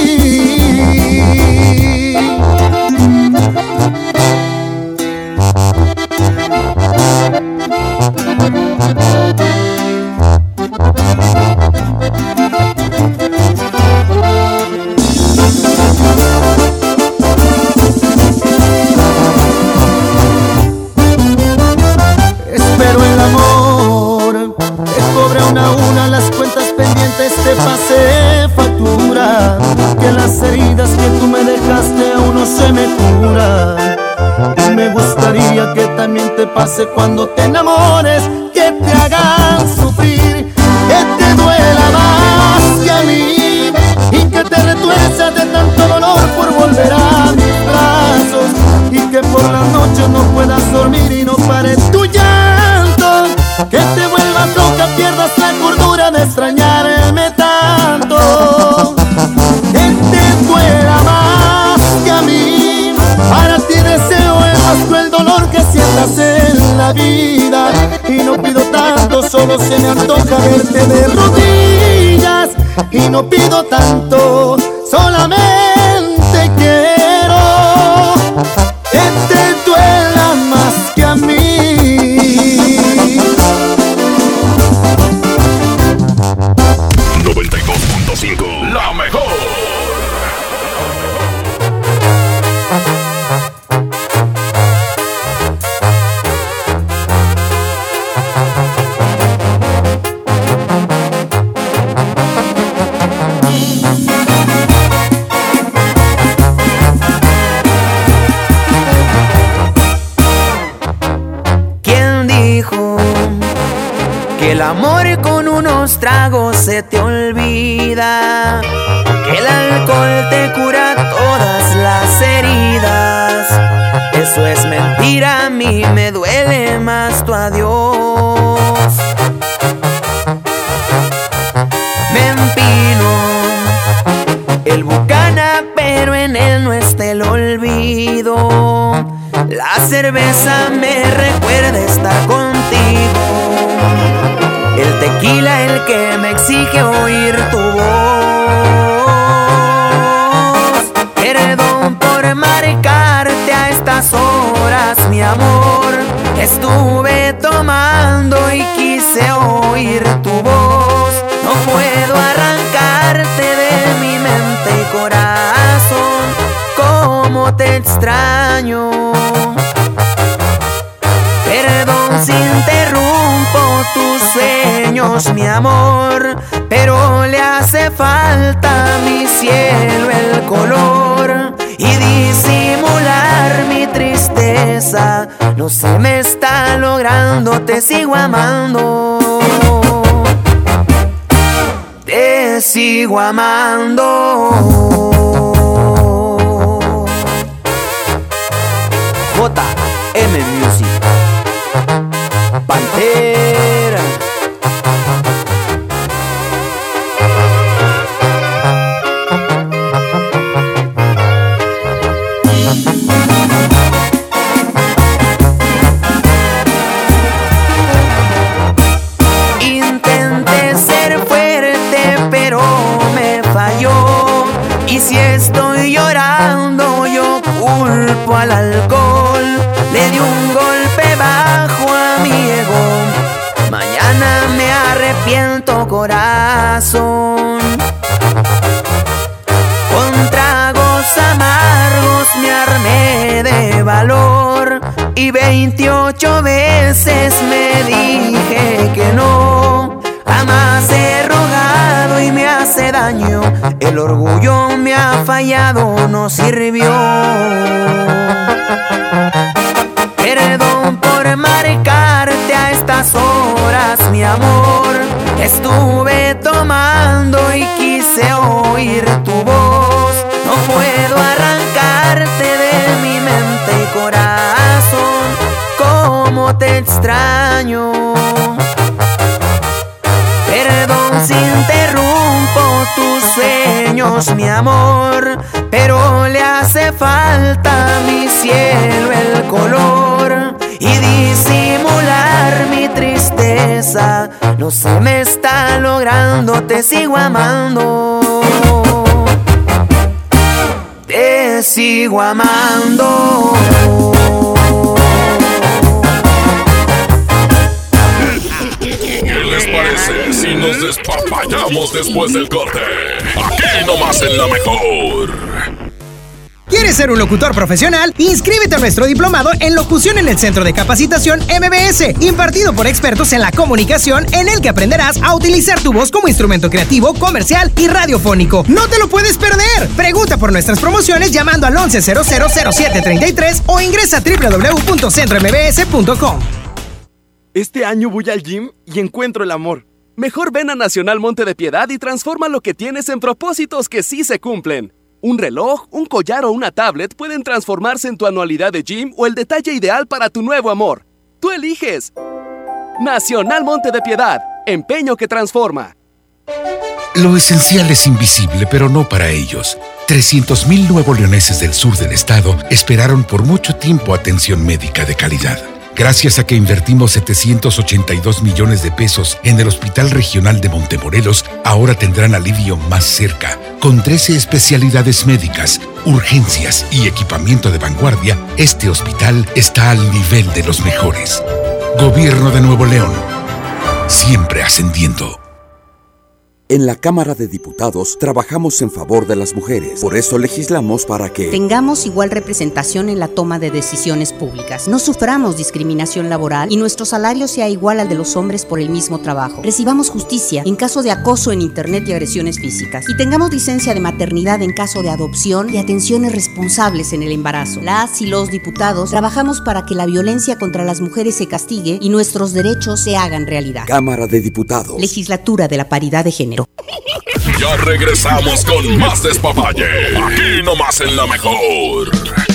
Espero el amor, te cobré una a una las cuentas pendientes, te pasé factura, que las heridas que tú me dejaste aún no se me curan. Y me gustaría que también te pase cuando te enamores, que te hagan sufrir, que te duela más que a mí y que te retuerzas de tanto dolor por volver a mis brazos, y que por las noches no puedas dormir y no pares tu llanto, que te vuelvas loca, pierdas la cordura de extrañarme tanto. Que te duela más que a mí, para ti deseo el más cruel dolor que sientas en la vida, y no pido tanto, solo se me antoja verte de rodillas, y no pido tanto, solamente quiero que te duela más que a mí. 92.5 La Mejor. ¿Quién dijo que el amor con unos tragos se te olvida? Que el alcohol te cura todas las heridas. Eso es mentira, a mí me duele más tu adiós. cerveza me recuerda estar contigo. El tequila el que me exige oír tu voz. Perdón por marcarte a estas horas, mi amor. Estuve tomando y quise oír tu voz. No puedo arrancarte de mi mente y corazón. Cómo te extraño. Perdón si interrumpo tus sueños, mi amor, pero le hace falta a mi cielo el color. Y disimular mi tristeza no se me está logrando, te sigo amando. Te sigo amando. JM Music, Pantera. Intenté ser fuerte pero me falló. Y si estoy llorando yo culpo al alcohol. Le di un golpe bajo a mi ego. Mañana me arrepiento, corazón. Con tragos amargos me armé de valor. Y 28 veces me dije que no. Jamás he rogado y me hace daño. El orgullo me ha fallado, no sirvió. Perdón por marcarte a estas horas, mi amor. Estuve tomando y quise oír tu voz. No puedo arrancarte de mi mente y corazón. Cómo te extraño. Perdón si interrumpo tus sueños, mi amor, pero le hace falta a mi cielo el color. Y disimular mi tristeza no se me está logrando, te sigo amando. Te sigo amando. ¿Qué les parece si nos despapallamos después del corte? Aquí nomás en La Mejor. ¿Quieres ser un locutor profesional? Inscríbete a nuestro diplomado en locución en el Centro de Capacitación MBS, impartido por expertos en la comunicación, en el que aprenderás a utilizar tu voz como instrumento creativo, comercial y radiofónico. ¡No te lo puedes perder! Pregunta por nuestras promociones llamando al 11000733 o ingresa a www.centrombs.com. Este año voy al gym y encuentro el amor. Mejor ven a Nacional Monte de Piedad y transforma lo que tienes en propósitos que sí se cumplen. Un reloj, un collar o una tablet pueden transformarse en tu anualidad de gym o el detalle ideal para tu nuevo amor. Tú eliges. Nacional Monte de Piedad, empeño que transforma. Lo esencial es invisible, pero no para ellos. 300,000 nuevoleoneses del sur del estado esperaron por mucho tiempo atención médica de calidad. Gracias a que invertimos 782 millones de pesos en el Hospital Regional de Montemorelos, ahora tendrán alivio más cerca. Con 13 especialidades médicas, urgencias y equipamiento de vanguardia, este hospital está al nivel de los mejores. Gobierno de Nuevo León, siempre ascendiendo. En la Cámara de Diputados trabajamos en favor de las mujeres. Por eso legislamos para que tengamos igual representación en la toma de decisiones públicas, no suframos discriminación laboral y nuestro salario sea igual al de los hombres por el mismo trabajo. Recibamos justicia en caso de acoso en internet y agresiones físicas. Y tengamos licencia de maternidad en caso de adopción y atenciones responsables en el embarazo. Las y los diputados trabajamos para que la violencia contra las mujeres se castigue y nuestros derechos se hagan realidad. Cámara de Diputados. Legislatura de la Paridad de Género. Ya regresamos con más despapalle. Aquí nomás en La Mejor.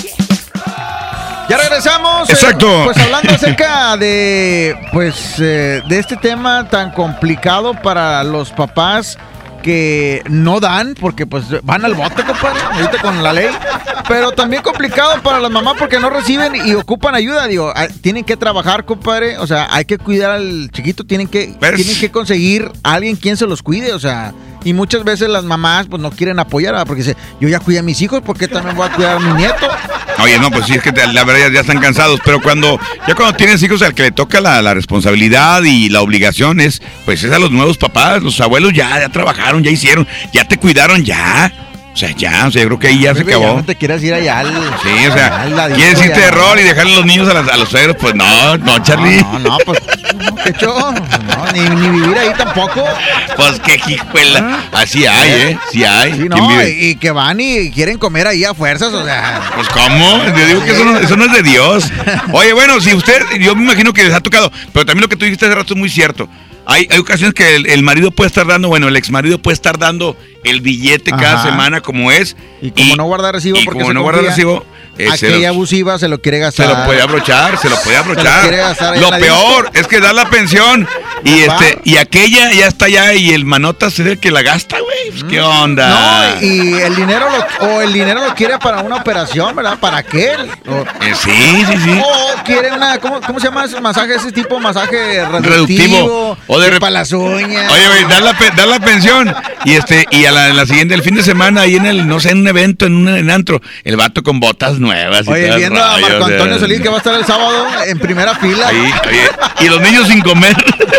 Ya regresamos. Exacto. Pues hablando acerca de de este tema tan complicado para los papás que no dan, porque pues van al bote, compadre, ahorita con la ley. Pero también complicado para las mamás porque no reciben y ocupan ayuda, digo, tienen que trabajar, compadre, o sea, hay que cuidar al chiquito, tienen que conseguir a alguien quien se los cuide, o sea, y muchas veces las mamás pues no quieren apoyar, ¿verdad? Porque dicen, yo ya cuidé a mis hijos, ¿por qué también voy a cuidar a mi nieto? Oye, no, pues sí, es que la verdad ya están cansados, pero cuando tienes hijos al que le toca la responsabilidad y la obligación es a los nuevos papás, los abuelos ya trabajaron, ya hicieron, ya te cuidaron, ya. O sea, yo creo que ahí ya se acabó. Ya no te quieres ir allá al... Sí, o sea, ¿quieres irte de rol y dejarle a los niños a los suegros? Pues no, Charlie. No, pues, qué show. No, ni vivir ahí tampoco. Pues qué hijuela. Así hay, sí hay. Sí, no, y que van y quieren comer ahí a fuerzas, o sea... Pues, ¿cómo? Yo digo que eso no es de Dios. Oye, bueno, si yo me imagino que les ha tocado, pero también lo que tú dijiste hace rato es muy cierto. Hay ocasiones que el marido puede estar dando, el exmarido puede estar dando el billete cada semana como es. Y como no guarda recibo porque como no guarda recibo, aquella abusiva se lo quiere gastar. Se lo puede abrochar. Lo peor es que da la pensión y aquella ya está allá y el manota se ve que la gasta, güey. Pues, ¿qué onda? No, y el dinero lo quiere para una operación, ¿verdad? ¿Para qué? Sí. O quiere ¿cómo se llama ese masaje? Ese tipo de masaje reductivo. O para las uñas. Oye, güey, da la pensión y a la siguiente, el fin de semana ahí en un evento, en un antro, el vato con botas nuevas. Oye, viendo a Marco Antonio Solís que va a estar el sábado en primera fila. Ahí, y los niños sin comer.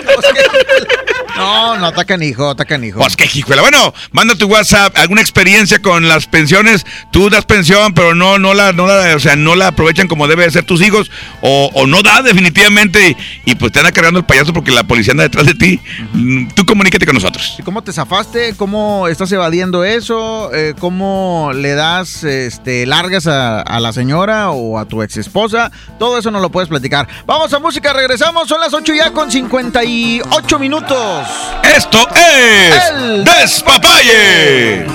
No, está canijo. Pues qué hijuela. Bueno, manda tu WhatsApp, alguna experiencia con las pensiones. Tú das pensión, pero no la aprovechan como debe de ser tus hijos, o no da definitivamente, y pues te anda cargando el payaso porque la policía anda detrás de ti. Tú comunícate con nosotros. ¿Cómo te zafaste? ¿Cómo estás evadiendo eso? ¿Cómo le das largas a la señora o a tu ex esposa? Todo eso nos lo puedes platicar. Vamos a música, regresamos, son las 8:58 minutos. Esto es El Despapalle.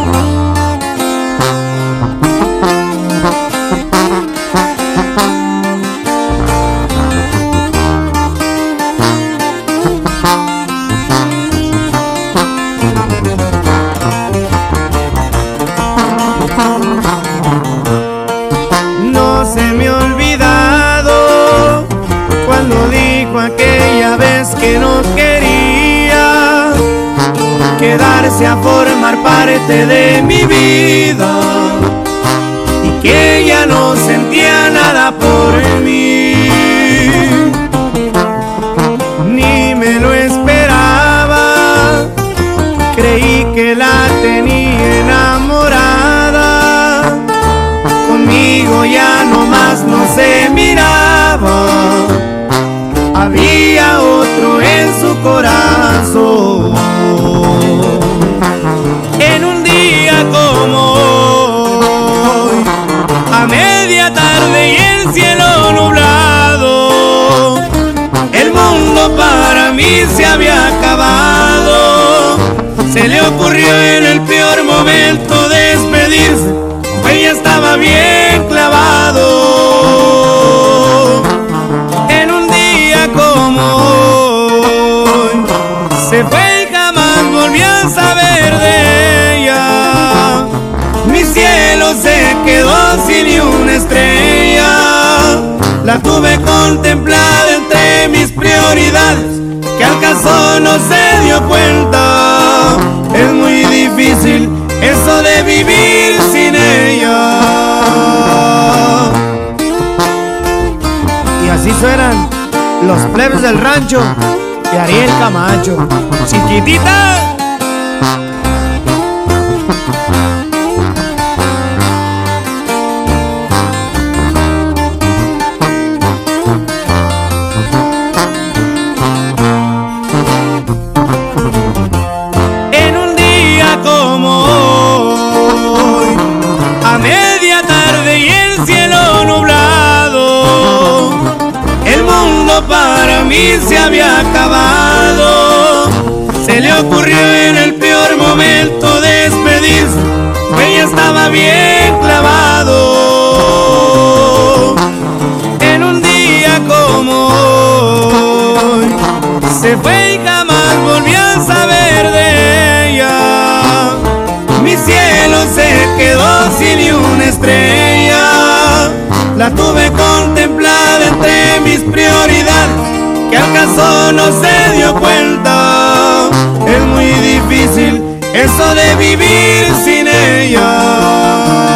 No se me ha olvidado cuando dijo aquella vez que no quería quedarse a formar parte de mi vida y que ella no sentía nada por mí. Ni me lo esperaba, creí que la tenía enamorada, conmigo ya nomás no se miraba, había otro en su corazón. En un día como hoy, a media tarde y el cielo nublado, el mundo para mí se había acabado. Se le ocurrió en el peor momento despedirse, ella estaba bien clavado. En un día como hoy, se fue y jamás volví a saber de ella. Mi cielo se quedó sin ni una estrella. La tuve contemplada entre mis prioridades, que al caso no se dio cuenta. Es muy difícil eso de vivir sin ella. Y así suenan los plebes del rancho de Ariel Camacho. Chiquitita. En un día como hoy, a media tarde y el cielo nublado, el mundo para mí se había acabado. Se le ocurrió en el peor momento despedirse, ella estaba bien clavado. En un día como hoy, se fue y jamás volví a saber de ella. acaso no se dio cuenta? Es muy difícil eso de vivir sin ella.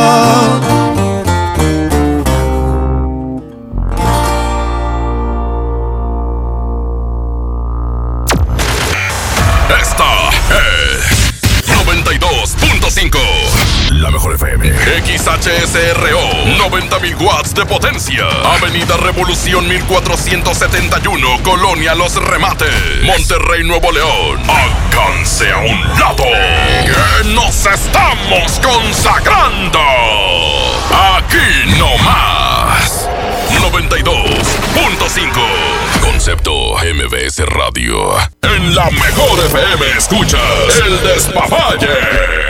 Esta es 92.5. La mejor FM. XHSRO. 90,000 watts de potencia. Avenida Revolución 1471. Colonia Los Remates. Monterrey, Nuevo León. Háganse a un lado. Que nos estamos consagrando. Aquí no más. 92.5. Concepto MBS Radio. En la mejor FM escuchas El Despapalle.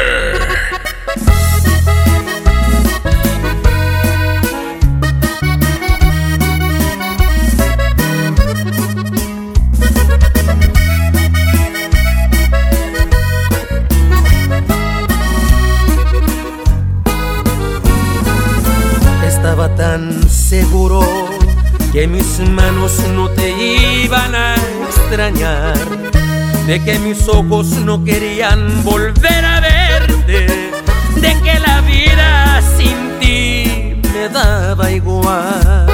Estaba tan seguro que mis manos no te iban a extrañar, de que mis ojos no querían volver a verte, de que la vida sin ti me daba igual.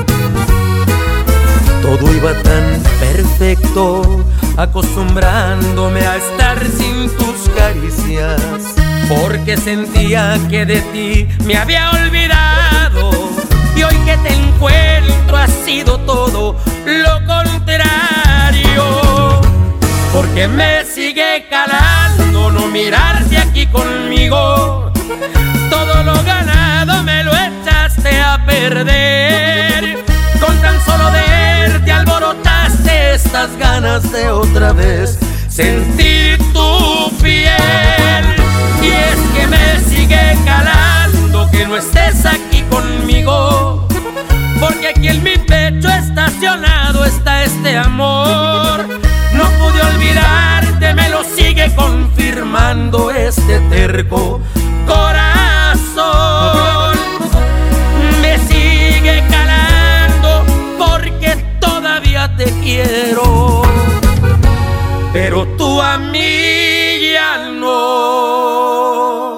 Todo iba tan perfecto, acostumbrándome a estar sin tus caricias, porque sentía que de ti me había olvidado. Y hoy que te encuentro ha sido todo lo contrario, porque me sigue calando no mirarte aquí conmigo. Todo lo ganado me lo echaste a perder. Con tan solo verte alborotaste estas ganas de otra vez sentir tu piel. Y es que me sigue calando que no estés aquí conmigo, porque aquí en mi pecho estacionado está este amor. No pude olvidarte, me lo sigue confirmando este terco corazón. Me sigue calando porque todavía te quiero, pero tú a mí ya no.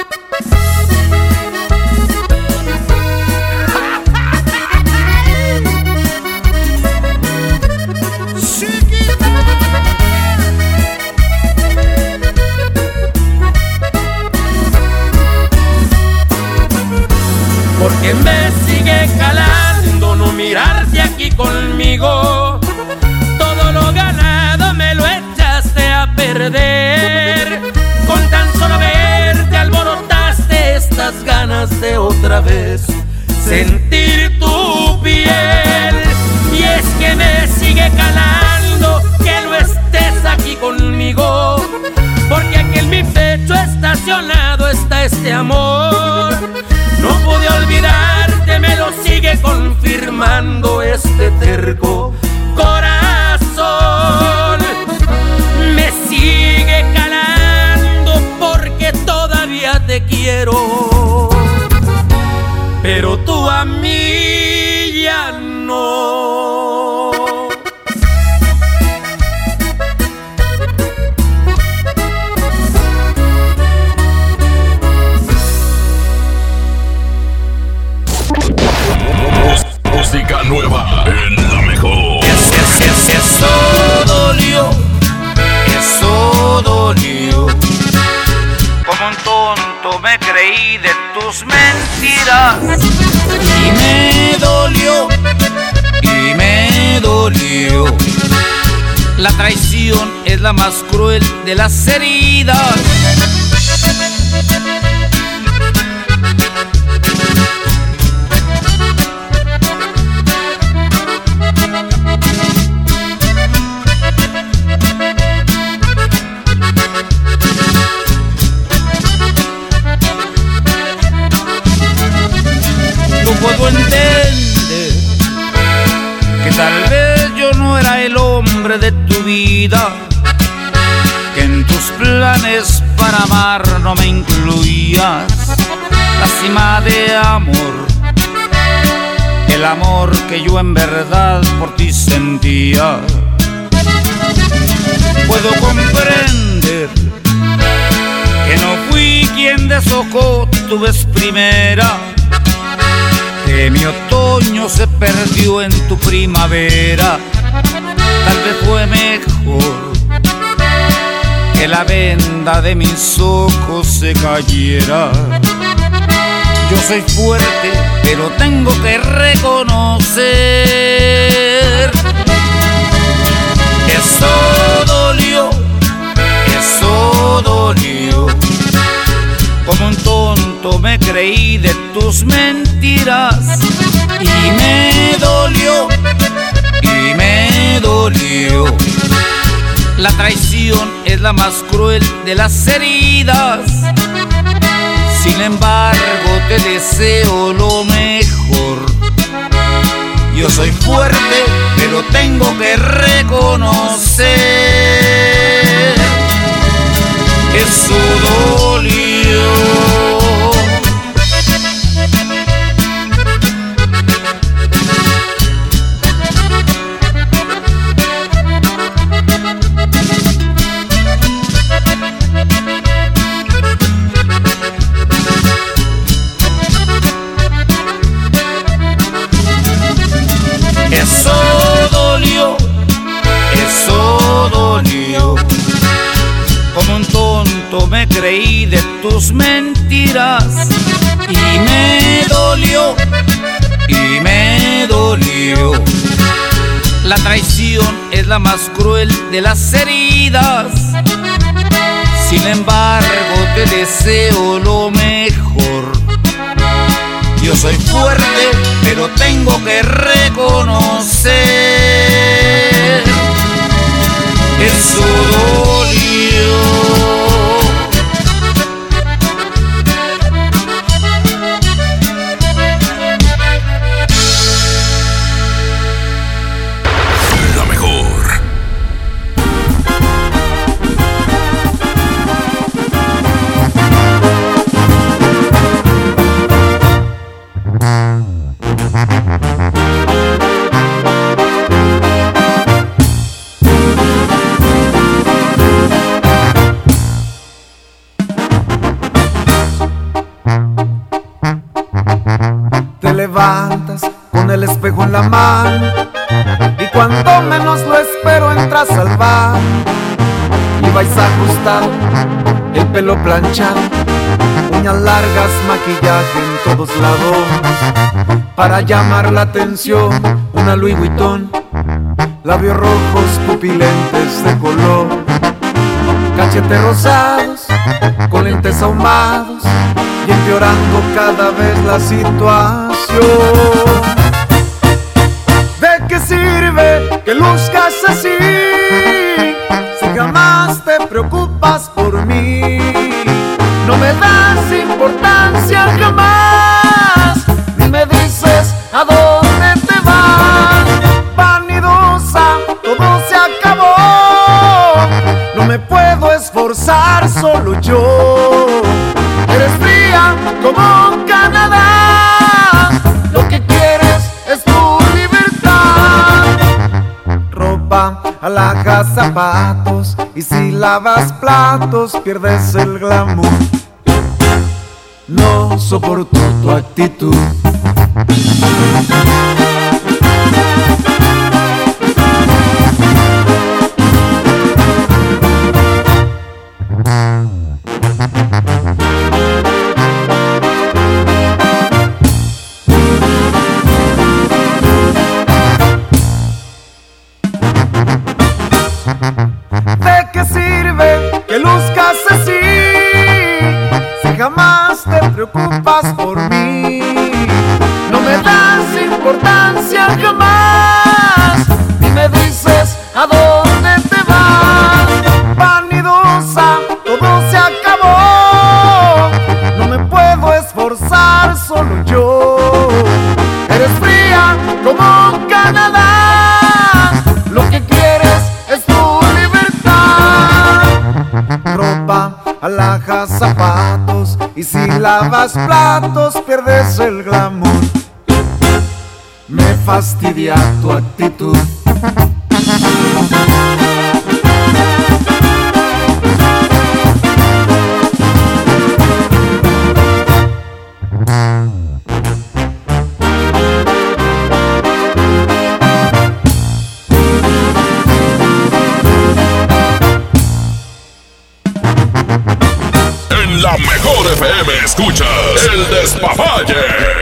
Porque me sigue calando no mirarte aquí conmigo. Todo lo ganado me lo echaste a perder. Con tan solo verte alborotaste estas ganas de otra vez sentir tu piel. Y es que me sigue calando que no estés aquí conmigo, porque aquí en mi pecho estacionado está este amor. No pude olvidarte, me lo sigue confirmando este terco corazón. Me sigue calando porque todavía te quiero, pero tú a mí ya no. Música nueva en la mejor. Eso dolió, eso dolió. Como un tonto me creí de tus mentiras. Y me dolió, y me dolió. La traición es la más cruel de las heridas. No puedo entender que tal vez yo no era el hombre de tu vida, que en tus planes para amar no me incluías. La cima de amor, el amor que yo en verdad por ti sentía. Puedo comprender que no fui quien deshojó tu vez primera, que mi otoño se perdió en tu primavera. Tal vez fue mejor que la venda de mis ojos se cayera. Yo soy fuerte, pero tengo que reconocer que eso dolió, eso dolió. Como un tonto me creí de tus mentiras y me dolió, y me dolió. La traición es la más cruel de las heridas. Sin embargo, te deseo lo mejor. Yo soy fuerte, pero tengo que reconocer que eso dolió. Eso dolió, eso dolió. Como un tonto me creí de tus mentiras y me dolió, y me dolió. La traición es la más cruel de las heridas. Sin embargo, te deseo lo mejor. Yo soy fuerte, pero tengo que reconocer que eso dolió. La mejor. Te levantas con el espejo en la mano y cuando menos lo espero entras al bar y vais ajustado, el pelo planchado, uñas largas, maquillaje en todos lados. Para llamar la atención, una Louis Vuitton, labios rojos, pupilentes de color, cachetes rosados, con lentes ahumados y empeorando cada vez la situación. ¿De qué sirve que luzcas así si jamás te preocupas por mí? No me das importancia jamás, ni me dices a dónde te vas. Vanidosa, todo se acabó, no me puedo esforzar solo yo. Eres fría como Canadá, lo que quieres es tu libertad. Ropa, alhajas, zapatos, y si lavas platos pierdes el glamour. No soporto tu actitud. ¿De qué sirve que luzcas así si jamás te preocupas por mí? No me das importancia jamás, ni me dices a dónde te vas. Vanidosa, todo se acabó, no me puedo esforzar solo yo. Eres fría como Canadá, lo que quieres es tu libertad. Ropa, alhajas, zapatos, y si lavas platos pierdes el glamour. me fastidia tu actitud. En la mejor FM escuchas El Despapalle.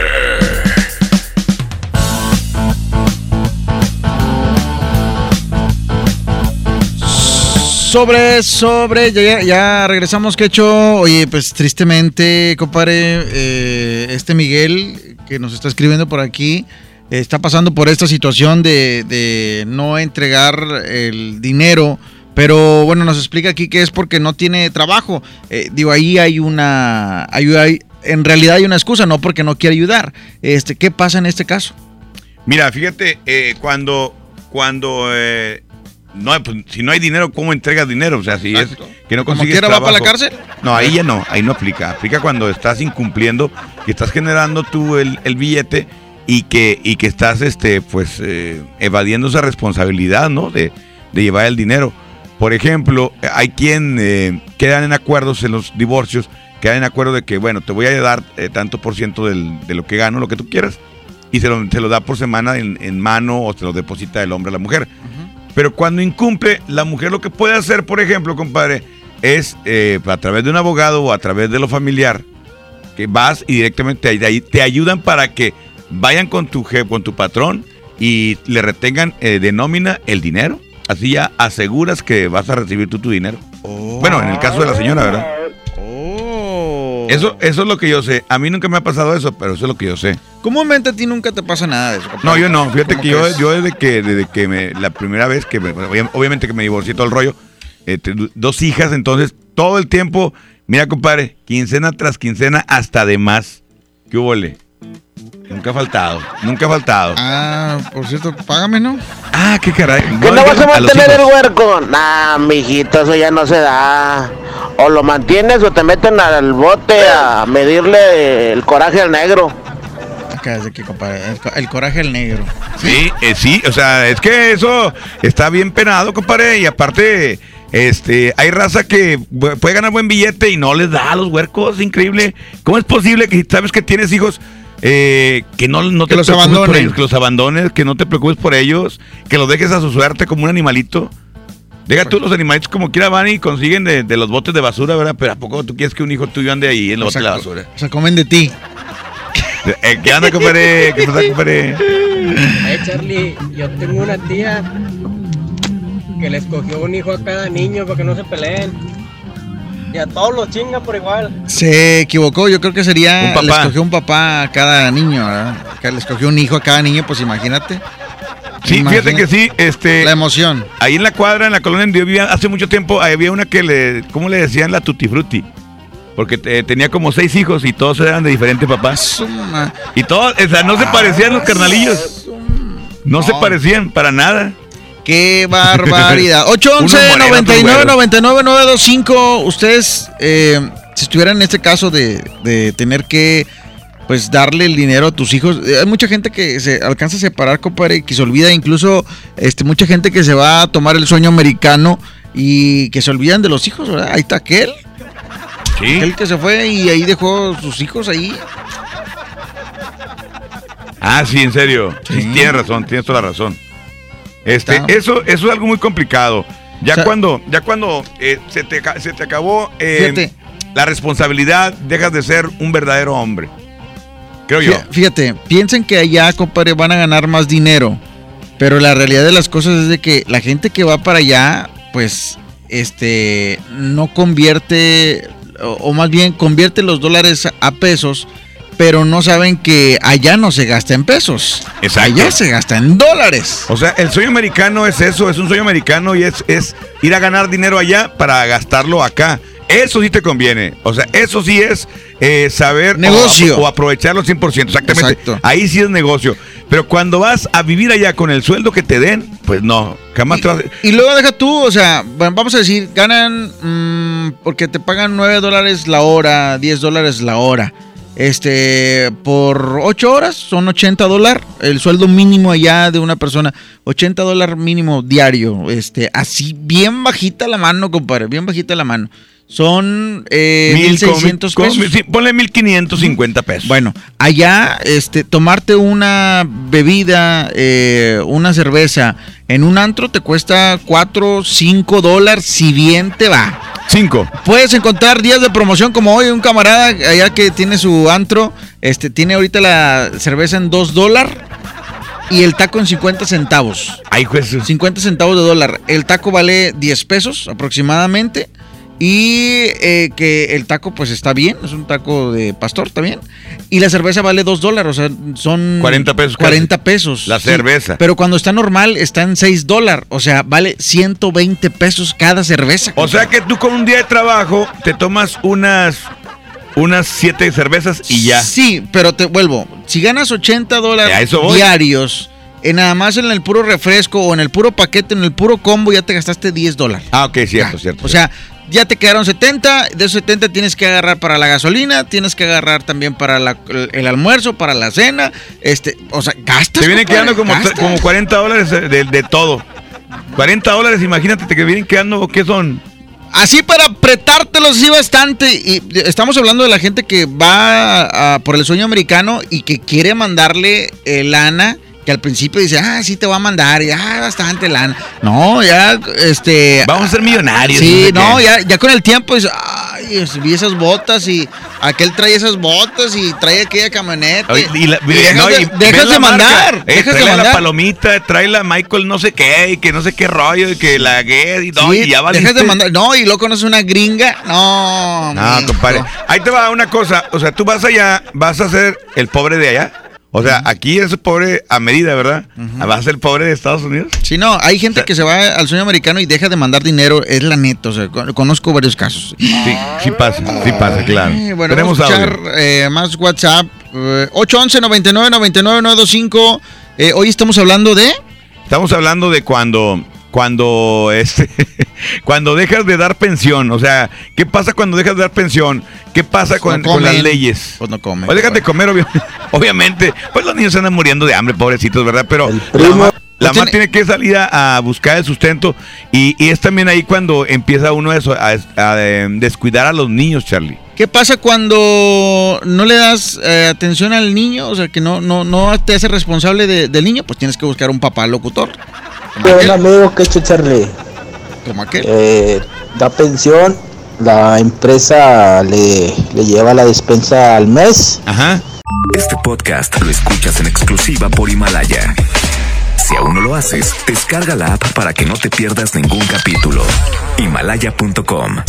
Ya regresamos, Quecho. Oye, pues tristemente, compadre, Miguel, que nos está escribiendo por aquí, está pasando por esta situación de no entregar el dinero, pero bueno, nos explica aquí que es porque no tiene trabajo. Ahí hay en realidad hay una excusa, no porque no quiere ayudar. ¿Qué pasa en este caso? Mira, fíjate, cuando no, pues, si no hay dinero, ¿cómo entregas dinero? O sea, si exacto. Es que no consigues ¿Como quiera va para la cárcel? No, ahí ya no, ahí no aplica. Aplica cuando estás incumpliendo, que estás generando tú el billete y que estás evadiendo esa responsabilidad, ¿no? De llevar el dinero. Por ejemplo, hay quien quedan en acuerdos en los divorcios, quedan en acuerdo de que, bueno, te voy a dar tanto por ciento de lo que gano, lo que tú quieras, y se lo da por semana en mano o se lo deposita el hombre a la mujer. Uh-huh. Pero cuando incumple, la mujer lo que puede hacer, por ejemplo, compadre, es a través de un abogado o a través de lo familiar, que vas y directamente ahí te ayudan para que vayan con tu jefe, con tu patrón y le retengan de nómina el dinero. Así ya aseguras que vas a recibir tú tu dinero. Oh. Bueno, en el caso de la señora, ¿verdad? Oh. Eso es lo que yo sé. A mí nunca me ha pasado eso, pero eso es lo que yo sé. Comúnmente a ti nunca te pasa nada de eso. Compadre. No, yo no. Fíjate que yo desde que la primera vez obviamente que me divorcié todo el rollo, 2 hijas, entonces todo el tiempo, mira, compadre, quincena tras quincena hasta de más. ¿Qué huele? Nunca ha faltado. Ah, por cierto, págame, ¿no? Ah, qué caray. ¿Que no vas a mantener el huerco? Nah, mijito, eso ya no se da. O lo mantienes o te meten al bote a medirle el coraje al negro. Cállate aquí, compadre. El coraje al negro. Sí, sí, o sea, es que eso está bien penado, compadre, y aparte... hay raza que puede ganar buen billete y no les da a los huercos, increíble. ¿Cómo es posible que sabes que tienes hijos que no te los abandones por ellos, que los abandones, que no te preocupes por ellos, que los dejes a su suerte como un animalito? Deja tú, los animalitos como quiera van y consiguen de los botes de basura, ¿verdad? Pero ¿a poco tú quieres que un hijo tuyo ande ahí en los botes de la basura? O sea, comen de ti. ¿Qué anda, compadre? ¿Qué pasa, compadre? Charlie, yo tengo una tía que le escogió un hijo a cada niño para que no se peleen. Y a todos los chinga por igual. Se equivocó, yo creo que sería... Le escogió un papá a cada niño, ¿verdad? Que le escogió un hijo a cada niño, pues imagínate. Sí, fíjate que sí, la emoción. Ahí en la cuadra, en la colonia donde yo vivía hace mucho tiempo, había una que ¿cómo le decían? La Tutti Frutti. Porque tenía como 6 hijos y todos eran de diferentes papás. Y todos, o sea, no se parecían los carnalillos. No se parecían para nada. ¡Qué barbaridad! 811-9999-925. Ustedes, si estuvieran en este caso de tener que pues darle el dinero a tus hijos, hay mucha gente que se alcanza a separar, compadre, que se olvida, incluso mucha gente que se va a tomar el sueño americano y que se olvidan de los hijos, ¿verdad? Ahí está aquel. ¿Sí? Aquel que se fue y ahí dejó sus hijos ahí. Ah, sí, en serio. Sí. Tienes razón, tienes toda la razón. Eso es algo muy complicado. Ya cuando se te acabó la responsabilidad, dejas de ser un verdadero hombre. Creo yo. Fíjate, piensen que allá, compadre, van a ganar más dinero. Pero la realidad de las cosas es de que la gente que va para allá, pues, no convierte, o más bien convierte los dólares a pesos, pero no saben que allá no se gasta en pesos. Exacto. Allá se gasta en dólares. O sea, el sueño americano es eso, es un sueño americano y es ir a ganar dinero allá para gastarlo acá. Eso sí te conviene. O sea, eso sí es saber negocio o aprovecharlo 100%. Exactamente. Exacto. Ahí sí es negocio. Pero cuando vas a vivir allá con el sueldo que te den, pues no, jamás te vas. Y luego deja tú, o sea, vamos a decir, ganan porque te pagan $9 la hora, $10 la hora. por 8 horas son $80, el sueldo mínimo allá de una persona, $80 mínimo diario, así bien bajita la mano, compadre, bien bajita la mano. Son 1,600 pesos. Sí, ponle 1,550 pesos. Bueno, allá tomarte una bebida, una cerveza en un antro te cuesta $4, $5 si bien te va. 5. Puedes encontrar días de promoción como hoy, un camarada allá que tiene su antro, tiene ahorita la cerveza en $2 y el taco en 50 centavos. Ay, juez. 50 centavos de dólar. El taco vale 10 pesos aproximadamente. Y que el taco pues está bien, es un taco de pastor, está bien. Y la cerveza vale $2, o sea, son 40 pesos. 40 pesos. La cerveza. Sí, pero cuando está normal está en $6, o sea, vale 120 pesos cada cerveza. O sea que tú con un día de trabajo te tomas unas 7 cervezas y ya. Sí, pero te vuelvo, si ganas $80 diarios, nada más en el puro refresco o en el puro paquete, en el puro combo, ya te gastaste $10. Ah, ok, cierto, cierto. O sea, ya te quedaron 70, de esos 70 tienes que agarrar para la gasolina, tienes que agarrar también para el almuerzo, para la cena, o sea, gastas. Te vienen quedando como $40 de todo. $40, imagínate que vienen quedando, ¿qué son? Así para apretártelos sí bastante. Y estamos hablando de la gente que va por el sueño americano y que quiere mandarle lana, que al principio dice, sí te va a mandar, ya bastante lana. No, ya, vamos a ser millonarios. Sí, no, ya con el tiempo dice, vi esas botas y aquel trae esas botas y trae aquella camioneta. Dejas de mandar. Dejas de mandar. La palomita, trae la Michael no sé qué, y que no sé qué rollo, y que la Guess y todo, y ya valiste. Dejas de mandar. No, y luego conoces una gringa. No, compadre. Ahí te va una cosa, o sea, tú vas allá, vas a ser el pobre de allá. O sea, aquí es pobre a medida, ¿verdad? ¿Vas a ser pobre de Estados Unidos? Sí, no, hay gente que se va al sueño americano y deja de mandar dinero, es la neta, o sea, conozco varios casos. Sí pasa, claro. Bueno, tenemos vamos a escuchar más WhatsApp, 811-99-99-925. Hoy estamos hablando de... Estamos hablando de cuando dejas de dar pensión, o sea, ¿qué pasa cuando dejas de dar pensión? ¿Qué pasa con las leyes? Pues no comen. O dejas de comer, obviamente, pues los niños se andan muriendo de hambre, pobrecitos, ¿verdad? Pero la mamá tiene que salir a buscar el sustento y es también ahí cuando empieza uno a descuidar a los niños, Charlie. ¿Qué pasa cuando no le das atención al niño? O sea, que no te hace responsable del niño, pues tienes que buscar un papá locutor. Un amigo que hecho Charlie. ¿Cómo aquel? Da pensión, la empresa le lleva la despensa al mes. Ajá. Este podcast lo escuchas en exclusiva por Himalaya. Si aún no lo haces, descarga la app para que no te pierdas ningún capítulo. Himalaya.com